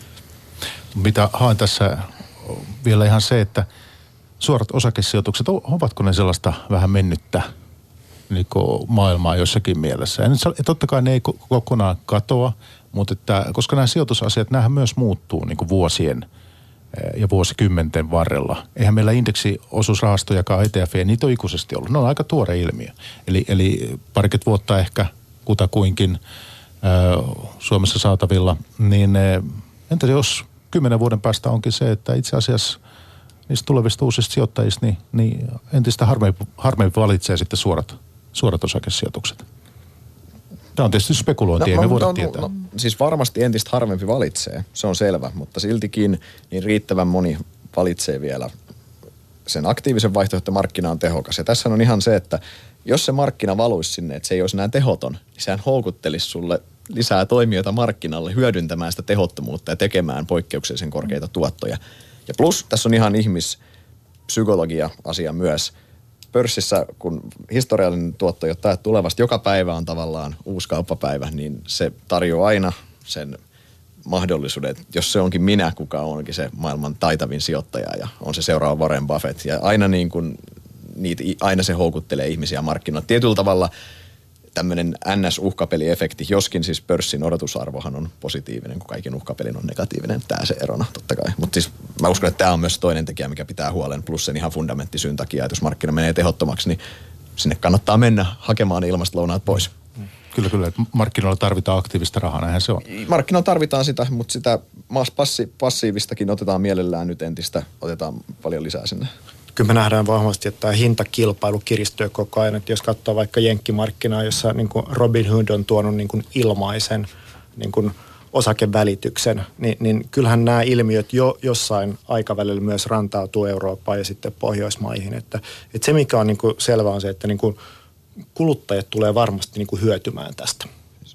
Mitä haen tässä vielä ihan se, että suorat osakesijoitukset, ovatko ne sellaista vähän mennyttä niin maailmaa jossakin mielessä? Ja nyt, totta kai ne ei kokonaan katoa, mutta että, koska nämä sijoitusasiat, nämähän myös muuttuu niin kuin vuosien ja vuosikymmenten varrella. Eihän meillä indeksiosuusrahastojakaan E T F, niitä on ikuisesti ollut. Ne on aika tuore ilmiö. Eli, eli parikymmentä vuotta ehkä kutakuinkin äh, Suomessa saatavilla. Niin äh, entä jos kymmenen vuoden päästä onkin se, että itse asiassa niistä tulevista uusista sijoittajista, niin, niin entistä harmeimpi, harmeimpi valitsee sitten suorat, suorat osakesijoitukset. Tämä on tietysti spekulointia, no, ei me voida no, tietää. No, siis varmasti entistä harvempi valitsee, se on selvä, mutta siltikin niin riittävän moni valitsee vielä sen aktiivisen vaihtoehto, markkina on tehokas. Ja tässä on ihan se, että jos se markkina valuisi sinne, että se ei olisi enää tehoton, niin sehän houkuttelisi sulle lisää toimijoita markkinalle hyödyntämään sitä tehottomuutta ja tekemään poikkeuksellisen korkeita tuottoja. Ja plus tässä on ihan ihmispsykologia-asia myös. Pörssissä, kun historiallinen tuotto, jotta tulevasta joka päivä on tavallaan uusi kauppapäivä, niin se tarjoaa aina sen mahdollisuuden, että jos se onkin minä, kuka onkin se maailman taitavin sijoittaja ja on se seuraava Warren Buffett. Ja aina, niin kuin, niitä, aina se houkuttelee ihmisiä markkinoille. Tietyllä tavalla tämmöinen N S-uhkapeliefekti, joskin siis pörssin odotusarvohan on positiivinen, kun kaiken uhkapelin on negatiivinen. Tämä se erona totta kai. Mutta siis mä uskon, että tämä on myös toinen tekijä, mikä pitää huolen, plus sen ihan fundamenttisyyn takia, että jos markkina menee tehottomaksi, niin sinne kannattaa mennä hakemaan ilmasta lounaat pois. Kyllä, kyllä. Markkinoilla tarvitaan aktiivista rahaa, näinhän se on. Markkinoilla tarvitaan sitä, mutta sitä passi, passiivistakin otetaan mielellään nyt entistä, otetaan paljon lisää sinne. Kyllä me nähdään vahvasti, että tämä hintakilpailu kiristyy koko ajan. Että jos katsoo vaikka jenkkimarkkinaa, jossa niin kuin Robinhood on tuonut niin kuin ilmaisen niin kuin osakevälityksen, niin, niin kyllähän nämä ilmiöt jo jossain aikavälillä myös rantautuu Eurooppaan ja sitten Pohjoismaihin. Että, että se, mikä on niin kuin selvä, on se, että niin kuin kuluttajat tulee varmasti niin kuin hyötymään tästä.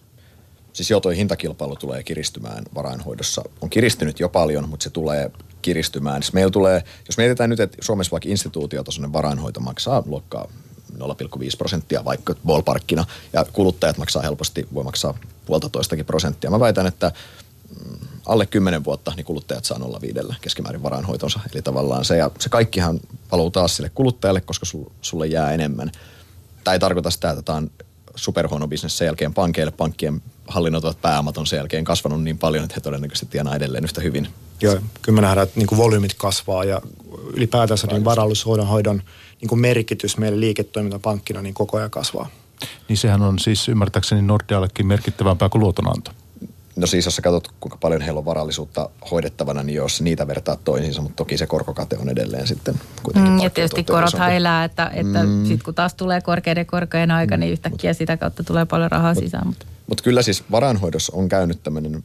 Siis joo, toi hintakilpailu tulee kiristymään varainhoidossa. On kiristynyt jo paljon, mutta se tulee kiristymään. Siis meillä tulee, jos mietitään nyt, että Suomessa vaikka instituutiotasoinen varainhoito maksaa luokkaa nolla pilkku viisi prosenttia vaikka ballparkkina, ja kuluttajat maksaa helposti, voi maksaa puolitoistakin prosenttia. Mä väitän, että alle kymmenen vuotta niin kuluttajat saa nolla pilkku viisi keskimäärin varainhoitonsa. Eli tavallaan se, ja se kaikkihan paluu taas sille kuluttajalle, koska sulle jää enemmän. Tämä ei tarkoita sitä, että tämä on superhuono bisnes sen jälkeen pankeille. Pankkien hallinnoitavat pääomat on sen jälkeen kasvanut niin paljon, että he todennäköisesti tienaa edelleen yhtä hyvin. Joo, kyllä me nähdään, että niin kuin volyymit kasvaa ja ylipäätänsä niin varallisuudenhoidon niin kuin merkitys meille liiketoimintapankkina niin koko ajan kasvaa. Niin sehän on siis ymmärtääkseni Nordeallekin merkittävämpää kuin luotonanto. No siis jos sä katsot, kuinka paljon heillä on varallisuutta hoidettavana, niin jos niitä vertaa toisiinsa, mutta toki se korkokate on edelleen sitten kuitenkin mm, ja tietysti korothan elää, että, että mm. sitten kun taas tulee korkeiden korkojen aika, niin yhtäkkiä sitä kautta tulee paljon rahaa mut, sisään. Mutta mut kyllä siis varainhoidossa on käynyt tämmöinen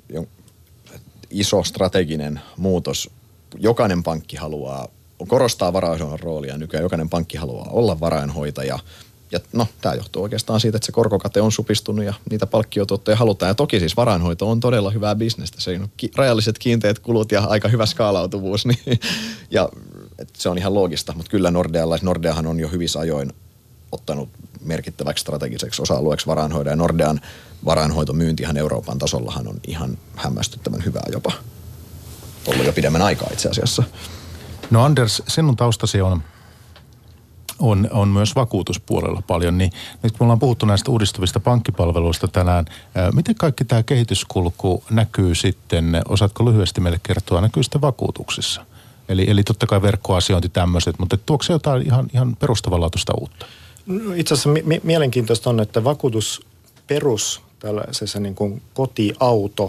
iso strateginen muutos. Jokainen pankki haluaa, korostaa varainhoidon roolia nykyään, jokainen pankki haluaa olla varainhoitaja. Ja no, tämä johtuu oikeastaan siitä, että se korkokate on supistunut ja niitä palkkiotuottoja halutaan. Ja toki siis varainhoito on todella hyvää bisnestä. Se on ki- rajalliset kiinteät kulut ja aika hyvä skaalautuvuus. Niin, ja se on ihan loogista, mutta kyllä Nordealla, Nordeahan on jo hyvissä ajoin ottanut merkittäväksi strategiseksi osa-alueeksi varainhoidon. Ja Nordean varainhoitomyyntihan Euroopan tasollahan on ihan hämmästyttävän hyvää jopa. Ollut jo pidemmän aikaa itse asiassa. No Anders, sinun taustasi on... On, on myös vakuutuspuolella paljon, niin nyt kun me ollaan puhuttu näistä uudistuvista pankkipalveluista tänään, ää, miten kaikki tämä kehityskulku näkyy sitten, osaatko lyhyesti meille kertoa, näkyy sitten vakuutuksissa? Eli, eli totta kai verkkoasiointi tämmöiset, mutta tuoko se jotain ihan, ihan perustavanlaatuista uutta? No, itse asiassa mi- mielenkiintoista on, että vakuutusperus, tällaisessa niin kuin kotiauto,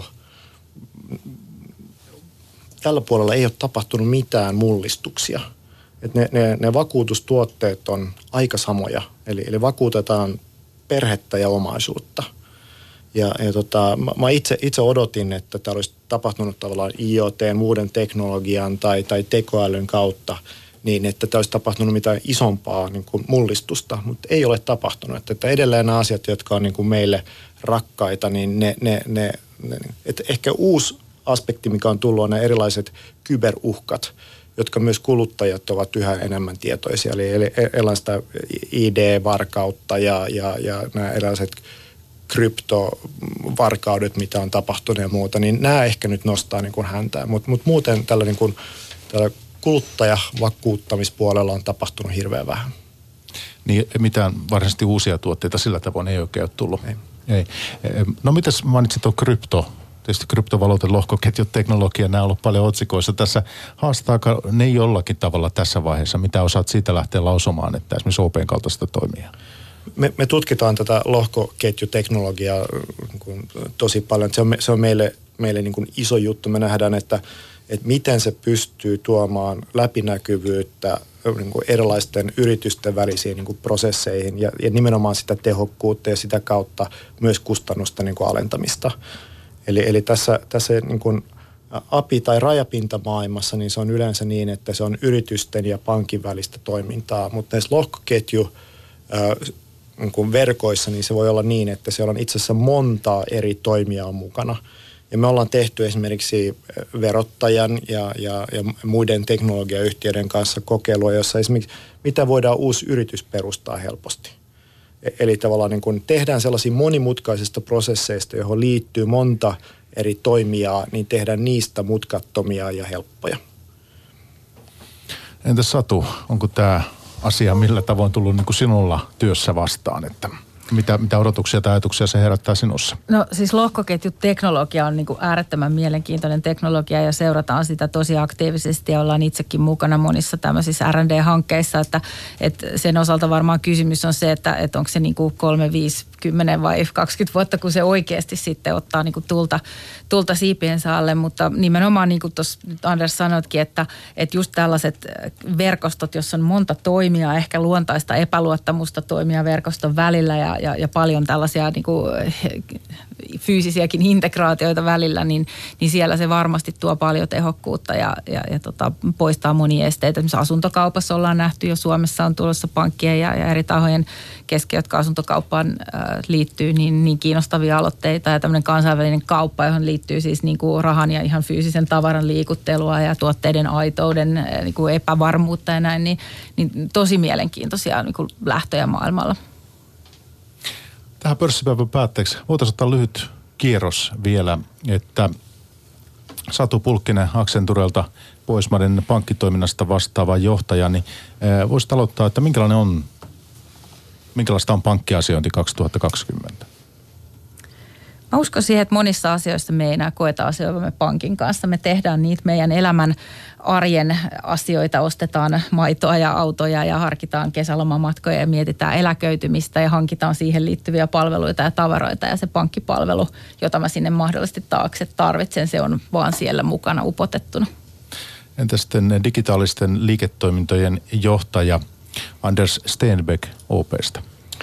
tällä puolella ei ole tapahtunut mitään mullistuksia. Että ne, ne, ne vakuutustuotteet on aika samoja, eli, eli vakuutetaan perhettä ja omaisuutta. Ja, ja tota, mä, mä itse, itse odotin, että täällä olisi tapahtunut tavallaan I O T, muuden teknologian tai, tai tekoälyn kautta, niin että tämä olisi tapahtunut mitään isompaa niin kuin mullistusta, mutta ei ole tapahtunut. Että, että edelleen nämä asiat, jotka on niin kuin meille rakkaita, niin ne, ne, ne, ne että ehkä uusi aspekti, mikä on tullut, on ne erilaiset kyberuhkat, jotka myös kuluttajat ovat yhä enemmän tietoisia. Eli, eli erilaista I D-varkautta ja, ja, ja nämä erilaiset kryptovarkaudet, mitä on tapahtunut ja muuta, niin nämä ehkä nyt nostaa niin kuin häntää. Mutta mut muuten tällä, niin kuin, tällä kuluttajavakuuttamispuolella on tapahtunut hirveän vähän. Niin mitään varsinaisesti uusia tuotteita sillä tavoin ei oikein ole tullut. Ei. Ei. No mitäs mainitsit tuon krypto? Tietysti kryptovaluutan lohkoketjut, teknologia, nämä on ollut paljon otsikoissa. Tässä haastaako ne jollakin tavalla tässä vaiheessa? Mitä osaat siitä lähteä lausumaan, että esimerkiksi O P:n kaltaista toimia? Me, me tutkitaan tätä lohkoketjuteknologiaa niin kuin tosi paljon. Se on, se on meille, meille niin kuin iso juttu. Me nähdään, että, että miten se pystyy tuomaan läpinäkyvyyttä niin kuin erilaisten yritysten välisiin niin kuin prosesseihin ja, ja nimenomaan sitä tehokkuutta ja sitä kautta myös kustannusten niin kuin alentamista. Eli, eli tässä, tässä niin kuin A P I- tai rajapintamaailmassa niin se on yleensä niin, että se on yritysten ja pankin välistä toimintaa, mutta näissä lohkoketju niin kuin verkoissa, niin se voi olla niin, että siellä on itse asiassa montaa eri toimijaa mukana. Ja me ollaan tehty esimerkiksi verottajan ja, ja, ja muiden teknologiayhtiöiden kanssa kokeilua, jossa esimerkiksi mitä voidaan uusi yritys perustaa helposti. Eli tavallaan niin kun tehdään sellaisia monimutkaisista prosesseista, johon liittyy monta eri toimijaa, niin tehdään niistä mutkattomia ja helppoja. Entäs Satu, onko tämä asia millä tavoin tullut niin kuin sinulla työssä vastaan, että mitä, mitä odotuksia tai ajatuksia se herättää sinussa? No siis lohkoketjuteknologia on niin kuin äärettömän mielenkiintoinen teknologia ja seurataan sitä tosi aktiivisesti ja ollaan itsekin mukana monissa tämmöisissä R and D-hankkeissa, että, että sen osalta varmaan kysymys on se, että, että onko se niin kuin kolme, viisi, kymmenen vai kaksikymmentä vuotta, kun se oikeasti sitten ottaa niin kuin tulta, tulta siipiensä alle, mutta nimenomaan niin kuin tuossa Anders sanoitkin, että, että just tällaiset verkostot, jossa on monta toimijaa, ehkä luontaista epäluottamusta toimia verkoston välillä ja, ja, ja paljon tällaisia niin kuin fyysisiäkin integraatioita välillä, niin, niin siellä se varmasti tuo paljon tehokkuutta ja, ja, ja tota, poistaa monia esteitä. Esimerkiksi asuntokaupassa ollaan nähty jo, Suomessa on tulossa pankkien ja, ja eri tahojen kesken, jotka asuntokauppaan äh, liittyy, niin, niin kiinnostavia aloitteita ja tämmöinen kansainvälinen kauppa, johon liittyy siis niin kuin rahan ja ihan fyysisen tavaran liikuttelua ja tuotteiden aitouden äh, niin kuin epävarmuutta ja näin, niin, niin tosi mielenkiintoisia niin kuin lähtöjä maailmalla. Tähän pörssipäivän päätteeksi voitaisiin ottaa lyhyt kierros vielä, että Satu Pulkkinen Accenturelta Pohjoismaiden pankkitoiminnasta vastaava johtaja, niin voisit aloittaa, että minkälainen on, minkälaista on pankkiasiointi kaksituhattakaksikymmentä? Mä uskon siihen, että monissa asioissa me ei enää koeta asioivamme pankin kanssa. Me tehdään niitä meidän elämän arjen asioita, ostetaan maitoa ja autoja ja harkitaan kesälomamatkoja ja mietitään eläköitymistä ja hankitaan siihen liittyviä palveluita ja tavaroita. Ja se pankkipalvelu, jota mä sinne mahdollisesti taakse tarvitsen, se on vaan siellä mukana upotettuna. Entä sitten digitaalisten liiketoimintojen johtaja Anders Stenbeck O P:stä?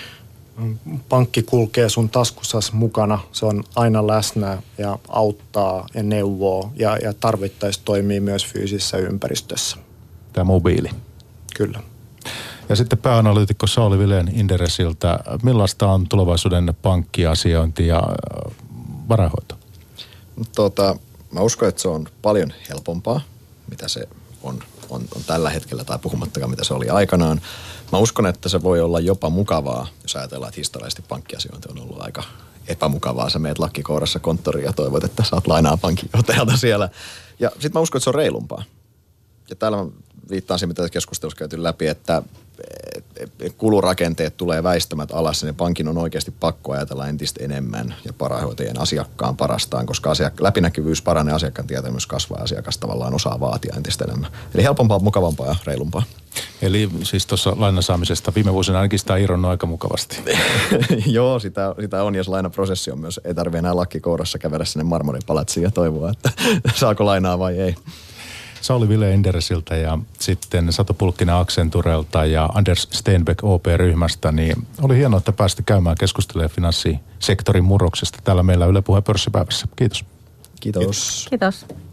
Pankki kulkee sun taskussas mukana, se on aina läsnä ja auttaa ja neuvoo ja, ja tarvittaessa toimii myös fyysisessä ympäristössä. Tämä mobiili. Kyllä. Ja sitten pääanalyytikko Sauli Vilén Inderesiltä, millaista on tulevaisuuden pankkiasiointi ja varainhoito? Tota, mä uskon, että se on paljon helpompaa, mitä se on, on, on tällä hetkellä tai puhumattakaan, mitä se oli aikanaan. Mä uskon, että se voi olla jopa mukavaa, jos ajatellaan, että historiallisesti pankkiasiointi on ollut aika epämukavaa. Sä meet lakkikourassa konttoriin ja toivot, että saat lainaa pankinjohtajalta siellä. Ja sit mä uskon, että se on reilumpaa. Ja täällä mä viittaan siihen, mitä keskustelussa käyty läpi, että kulurakenteet tulee väistämättä alas, niin pankin on oikeasti pakko ajatella entistä enemmän ja varainhoitajien asiakkaan parastaan, koska asiak- läpinäkyvyys paranee, asiakkaan tietämys kasvaa ja asiakas tavallaan osaa vaatia entistä enemmän. Eli helpompaa, mukavampaa ja reilumpaa. Eli siis tuossa lainasaamisesta viime vuosina ainakin sitä irronnut aika mukavasti. Joo, sitä, sitä on, jos lainaprosessi on myös. Ei tarvitse enää lakkikourassa kävellä sinne Marmoripalatsiin ja toivoa, että saako lainaa vai ei. Sauli Vilén Inderesiltä ja sitten Satu Pulkkinen Accenturelta ja Anders Stenbeck O P-ryhmästä, niin oli hienoa, että pääsitte käymään keskustelemaan finanssisektorin murroksesta täällä meillä Yle Puheen pörssipäivässä. Kiitos. Kiitos. Kiitos.